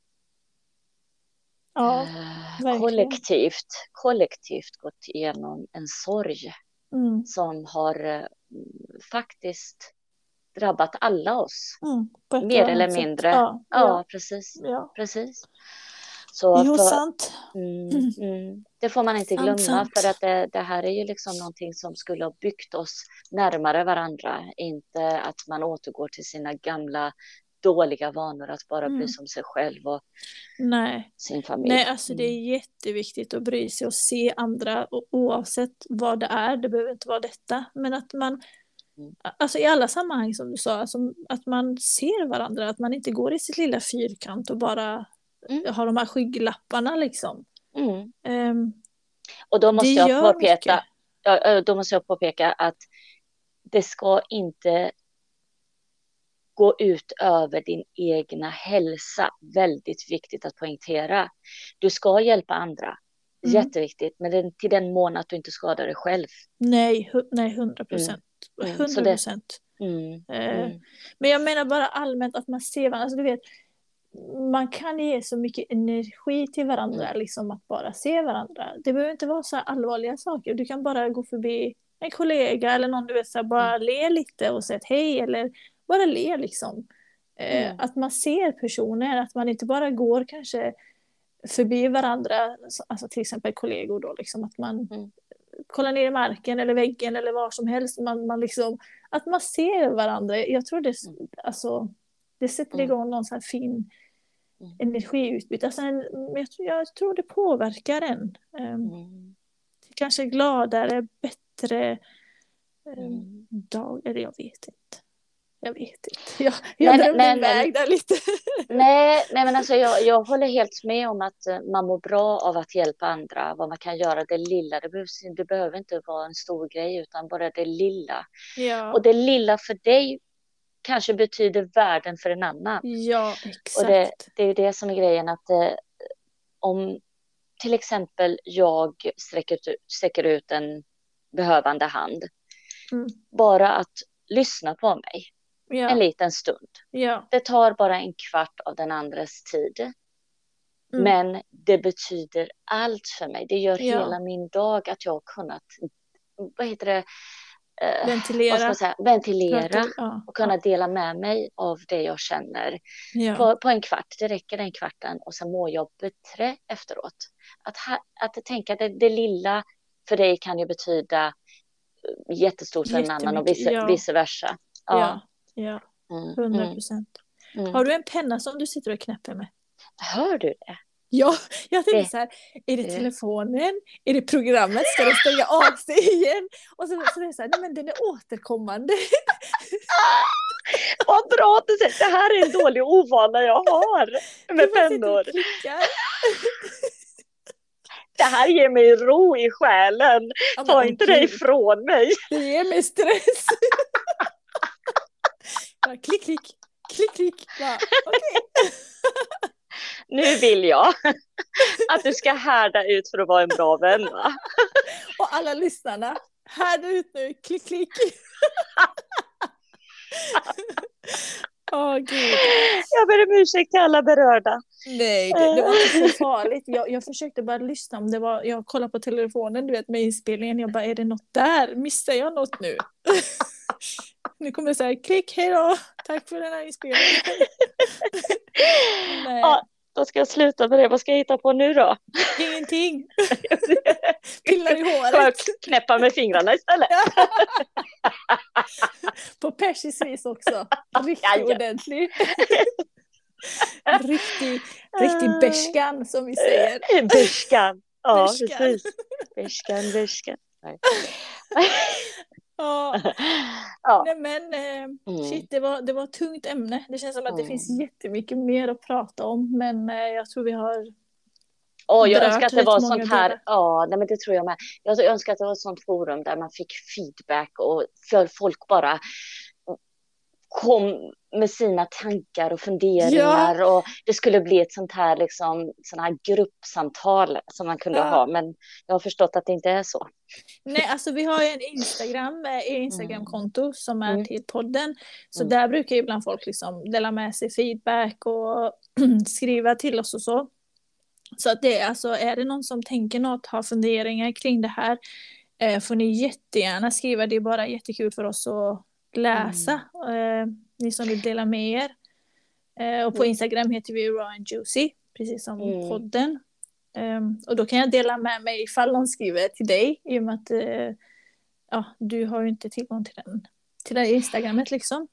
ja, eh, kollektivt, kollektivt gått igenom en sorg mm. som har eh, faktiskt drabbat alla oss. Mm, mer eller mindre. Ja, ja, ja, precis. Ja. precis. Så jo, för, sant. Mm, mm, det får man inte sant, glömma, sant. för att det, det här är ju liksom någonting som skulle ha byggt oss närmare varandra. Inte att man återgår till sina gamla dåliga vanor att bara mm. bry sig om sig själv och Nej. sin familj. Nej, alltså det är jätteviktigt att bry sig och se andra, oavsett vad det är. Det behöver inte vara detta, men att man Mm. alltså i alla sammanhang, som du sa, alltså, att man ser varandra, att man inte går i sitt lilla fyrkant och bara mm. har de här skygglapparna liksom. Mm. Um, och då måste jag påpeka, ja, då måste jag påpeka att det ska inte gå ut över din egna hälsa. Väldigt viktigt att poängtera. Du ska hjälpa andra. Mm. Jätteviktigt, men det, till den mån att du inte skadar dig själv. Nej, hu- nej hundra procent. hundra procent. Mm, eh, mm. Men jag menar bara allmänt att man ser varandra. Alltså, du vet, man kan ge så mycket energi till varandra, mm. liksom att bara se varandra. Det behöver inte vara så här allvarliga saker. Du kan bara gå förbi en kollega eller någon, du vet, så här, bara mm. le lite och säga hej, eller bara le liksom. Eh, mm. Att man ser personer, att man inte bara går kanske förbi varandra, alltså till exempel kollegor då, liksom, att man mm. kollar ner i marken eller väggen eller var som helst, man, man liksom, att man ser varandra. Jag tror det, mm. alltså, det sätter mm. igång någon sån här fin mm. energiutbyte. Alltså, jag, jag tror det påverkar en. Um, mm. Kanske gladare, bättre um, mm. dag, eller jag vet inte. Jag vet inte. Jag, jag drömde iväg där lite. Nej, nej men alltså jag, jag håller helt med om att man mår bra av att hjälpa andra. Vad man kan göra, det lilla. Det, behövs, det behöver inte vara en stor grej, utan bara det lilla. Ja. Och det lilla för dig kanske betyder världen för en annan. Ja, exakt. Och det, det är ju det som är grejen, att eh, om till exempel jag sträcker, sträcker ut en behövande hand. Mm. Bara att lyssna på mig. Ja. En liten stund. Ja. Det tar bara en kvart av den andras tid. Mm. Men det betyder allt för mig. Det gör ja. hela min dag att jag har kunnat, vad heter det? Eh, ventilera. Vad ska man säga? Ventilera ja. och kunna ja. dela med mig av det jag känner. Ja. På, på en kvart. Det räcker den kvarten, och sen mår jag bättre efteråt. Att, ha, att tänka det, det lilla för dig kan ju betyda jättestort för en annan och vice, ja. vice versa. Ja, ja, ja. hundra procent. Mm. Mm. Har du en penna som du sitter och knäpper med? Hör du det? Ja, jag tänkte det, så här, är det, det telefonen? Är det programmet? Ska det stänga av sig igen? Och så, så det är så här, nej men den är återkommande. Vad bra att du säger, det här är en dålig ovana jag har med pennor. Det här ger mig ro i själen. Ja, ta inte det ifrån mig. Det ger mig stress. Bara, klick, klick, klick, klick. Bara, okay. Nu vill jag att du ska härda ut för att vara en bra vän, va? Och alla lyssnarna, härda ut nu, klick, klick. Åh, oh, gud. Jag ber om ursäkt till alla berörda. Nej, det, det var inte så farligt. Jag, jag försökte bara lyssna om det var, jag kollade på telefonen, du vet, med inspelningen. Jag bara, är det något där? Missar jag något nu? Nu kommer jag säga, klick, hej då. Tack för den här inspelningen. Nej. Ja, då ska jag sluta med det. Vad ska jag hitta på nu då? Ingenting. Pillar i håret. Ska jag knäppa med fingrarna istället? På persisk vis också. Riktigt ordentligt. Riktigt, riktigt bärskan som vi säger. Bärskan. Ja, bärskan. Precis. Bärskan, bärskan. Ja. Ja. Nej, men eh, shit, det var, det var ett tungt ämne. Det känns som att det mm. finns jättemycket mer att prata om. Men eh, jag tror vi har oh, jag önskar att det var sånt här delar. Ja, nej, men det tror jag med. Jag önskar att det var ett sånt forum där man fick feedback och för folk bara kom med sina tankar och funderingar ja. Och det skulle bli ett sånt här liksom sån här gruppsamtal som man kunde ja. Ha, men jag har förstått att det inte är så. Nej, alltså vi har ju en Instagram, Instagramkonto som är mm. till podden, så mm. där brukar ibland folk liksom dela med sig feedback och skriva till oss och så. Så att det, alltså, är det någon som tänker något, har funderingar kring det här, eh, får ni jättegärna skriva. Det är bara jättekul för oss att läsa. Mm. Eh, ni som vill dela med er. Eh, och på Instagram heter vi Raw and Juicy, precis som mm. podden. Um, och då kan jag dela med mig ifall någon skriver till dig, i och med att uh, ja, du har ju inte tillgång till den, till det Instagrammet liksom.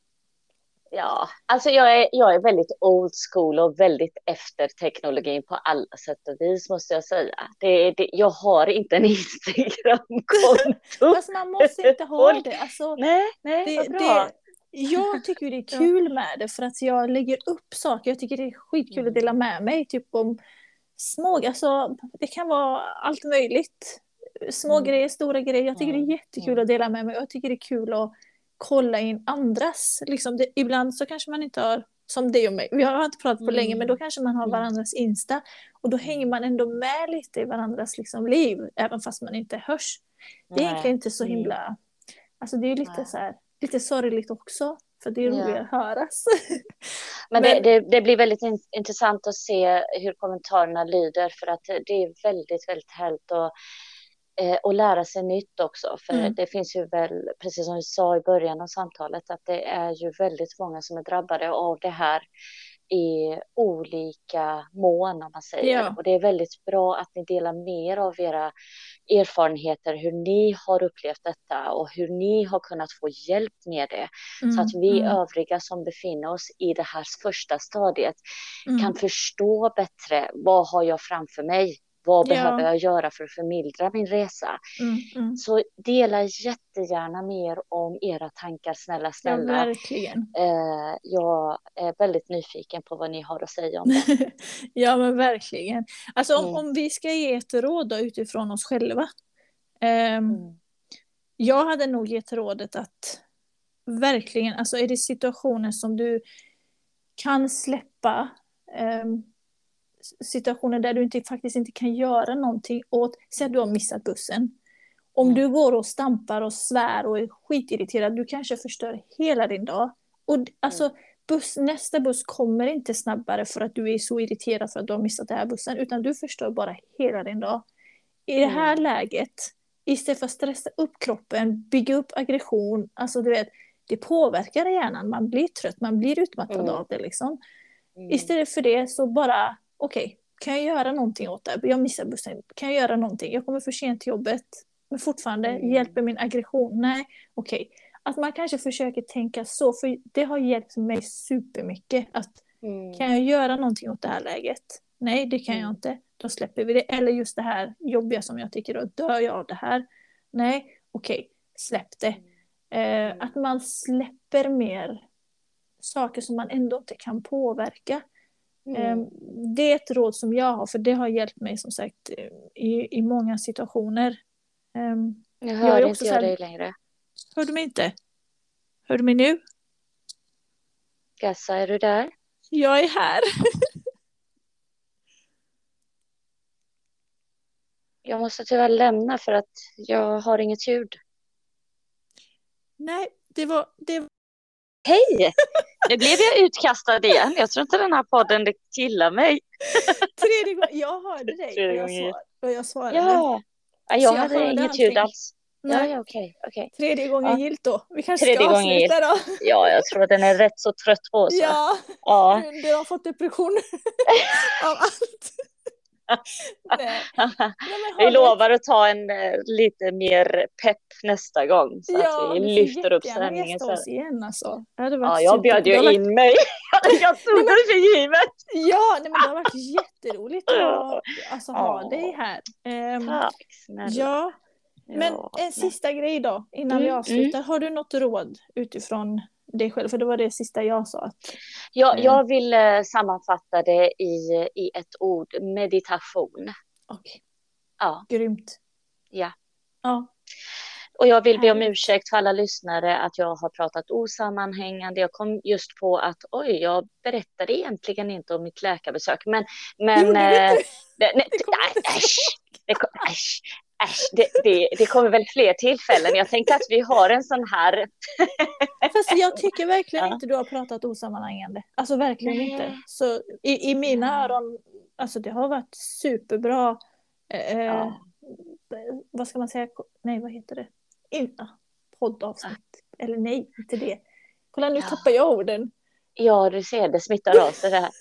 Ja, alltså jag är, jag är väldigt old school och väldigt efter teknologin på alla sätt och vis, måste jag säga. Det, det, jag har inte en Instagram-konto. Fast man måste inte ha det. Alltså, nej, nej, det, vad bra. Det, jag tycker det är kul med det, för att jag lägger upp saker. Jag tycker det är skitkul att dela med mig, typ om små, alltså det kan vara allt möjligt. Små mm. grejer, stora grejer. Jag tycker mm. det är jättekul mm. att dela med mig. Jag tycker det är kul att kolla in andras. Liksom det, ibland så kanske man inte har, som det och mig. Vi har inte pratat på mm. länge, men då kanske man har varandras Insta. Och då hänger man ändå med lite i varandras liksom, liv, även fast man inte hörs. Det är Nej. Egentligen inte så himla... Alltså det är lite Nej. Så här, lite sorgligt också. För det är roligt att höras. Men, Men det, det, det blir väldigt in, intressant att se hur kommentarerna lyder. För att det är väldigt, väldigt härligt att, eh, att lära sig nytt också. För mm. det finns ju väl, precis som vi sa i början av samtalet, att det är ju väldigt många som är drabbade av det här i olika mån, om man säger. Ja. Och det är väldigt bra att ni delar mer av era erfarenheter, hur ni har upplevt detta och hur ni har kunnat få hjälp med det. Mm, så att vi mm. övriga som befinner oss i det här första stadiet mm. kan förstå bättre, vad har jag framför mig? Vad ja. Behöver jag göra för att förmildra min resa? Mm, mm. Så dela jättegärna mer om era tankar, snälla, snälla. Ja, verkligen. Eh, jag är väldigt nyfiken på vad ni har att säga om det. Ja, men verkligen. Alltså om, mm. om vi ska ge ett råd då, utifrån oss själva. Eh, mm. Jag hade nog gett rådet att verkligen, alltså är det situationer som du kan släppa, eh, situationer där du inte, faktiskt inte kan göra någonting åt, säg att du har missat bussen. Om mm. du går och stampar och svär och är skitirriterad, du kanske förstör hela din dag. Och alltså, buss, nästa buss kommer inte snabbare för att du är så irriterad för att du har missat den här bussen, utan du förstör bara hela din dag. I det här mm. läget, istället för att stressa upp kroppen, bygga upp aggression, alltså du vet, det påverkar hjärnan, man blir trött, man blir utmattad mm. av det liksom. Mm. Istället för det så bara okej, okay, kan jag göra någonting åt det? Jag missar bussen. Kan jag göra någonting? Jag kommer för sent till jobbet. Men fortfarande, Mm. hjälper min aggression? Nej, okej. Okay. Att man kanske försöker tänka så, för det har hjälpt mig supermycket. Att mm. kan jag göra någonting åt det här läget? Nej, det kan mm. jag inte. Då släpper vi det. Eller just det här jobbiga som jag tycker, då dör jag av det här. Nej, okej, okay. Släpp det. Mm. Eh, att man släpper mer saker som man ändå inte kan påverka. Mm. Eh, det är ett råd som jag har, för det har hjälpt mig som sagt i, i många situationer. Eh, nu hör jag inte jag dig längre. Hör du mig inte? Hör du mig nu? Gassa, är du där? Jag är här. Jag måste tyvärr lämna för att jag har inget ljud. Nej, det var... Det var... Hej! Nu blev jag utkastad igen. Jag tror inte den här podden gillar mig. Tredje gången. Jag hörde dig och jag, svar, och jag svarade. Ja, jag, jag hade inget allting. ljud alls. Nej. Ja, ja, okej, okej. Tredje gången ja. Gilt då. Vi kanske Tredje ska avsluta då. Ja, jag tror att den är rätt så trött på oss. Ja, ja. Du, du har fått depression av allt. Nej. Nej, vi lovar att ta en uh, lite mer pepp nästa gång. Så ja, att vi lyfter upp stämningen. Ja, oss igen alltså. Det hade varit ja, jag bjöd ju in varit... mig. Jag tog det för givet. Ja, nej, men det har varit jätteroligt att alltså, ha oh. dig här. Um, Tack snälla. Ja. Men ja, en sista nej. grej då, innan mm, vi avslutar. Mm. Har du något råd utifrån dig själv? För det var det sista jag sa. Att, ja, eh. Jag vill eh, sammanfatta det i, i ett ord. Meditation. Okej. Okay. Ja. Grymt. Ja. Ja. Och jag vill be om ursäkt för alla lyssnare att jag har pratat osammanhängande. Jag kom just på att oj, jag berättade egentligen inte om mitt läkarbesök. Men, men jo, eh, det, det, nej, nej, äsch, det, äsch, äsch, det, det, det kommer väl fler tillfällen. Jag tänkte att vi har en sån här... Fast jag tycker verkligen ja. inte du har pratat osammanhängande. Alltså verkligen nej. inte. Så i, i mina ja. öron, alltså det har varit superbra. Eh, ja. Vad ska man säga? Nej, vad heter det? Inna poddavsnitt. Ja. Eller nej, inte det. Kolla, nu ja. tappar jag orden. Ja, du ser, det smittar av sig där.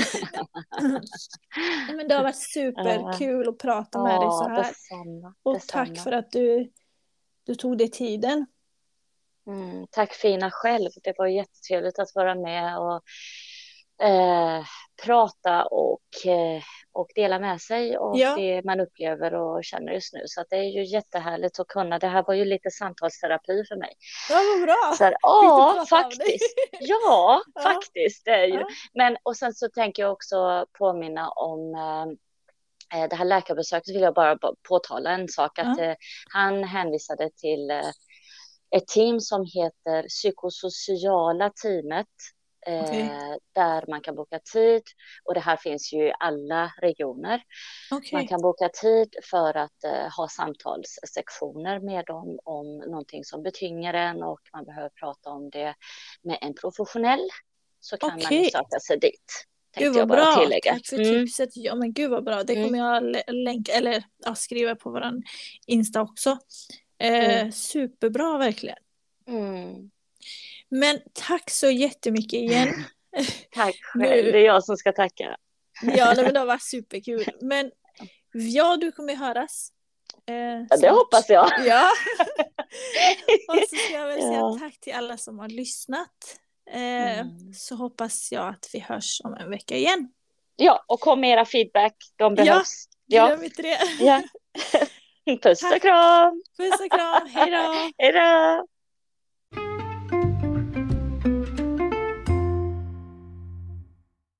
Men det har varit superkul att prata med ja, dig så här. Detsamma, och detsamma. Tack för att du, du tog dig tiden. Mm, tack fina själv. Det var jättetrevligt att vara med och eh, prata och, eh, och dela med sig av ja. det man upplever och känner just nu. Så att det är ju jättehärligt att kunna. Det här var ju lite samtalsterapi för mig. Ja, vad bra. Så här, ja, faktiskt. Ja, ja, faktiskt. Det är ju. Ja. Men och sen så tänker jag också påminna om eh, det här läkarbesöket. Vill jag bara påtala en sak. Att ja. eh, han hänvisade till eh, ett team som heter psykosociala teamet. Okay. Eh, där man kan boka tid, och det här finns ju i alla regioner. Okay. Man kan boka tid för att eh, ha samtalssektioner med dem om någonting som betynger en, och man behöver prata om det med en professionell, så kan okay. man söka sig dit. Gud vad jag bara bra, tillägga. Tack för mm. tipset. Ja men gud vad bra, det kommer mm. jag länka eller ja, skriva på våran Insta också. Eh, mm. Superbra verkligen. Mm. Men tack så jättemycket igen. Tack själv, det är jag som ska tacka. Ja, men det har varit superkul. Men ja, du kommer höras. Eh, ja, det hoppas jag. Ja. Och så ska jag väl säga ja. tack till alla som har lyssnat. Eh, mm. Så hoppas jag att vi hörs om en vecka igen. Ja, och kom med era feedback, de behövs. Ja, glöm inte det. Ja. Puss och kram. Puss och kram, hej då. Hej då.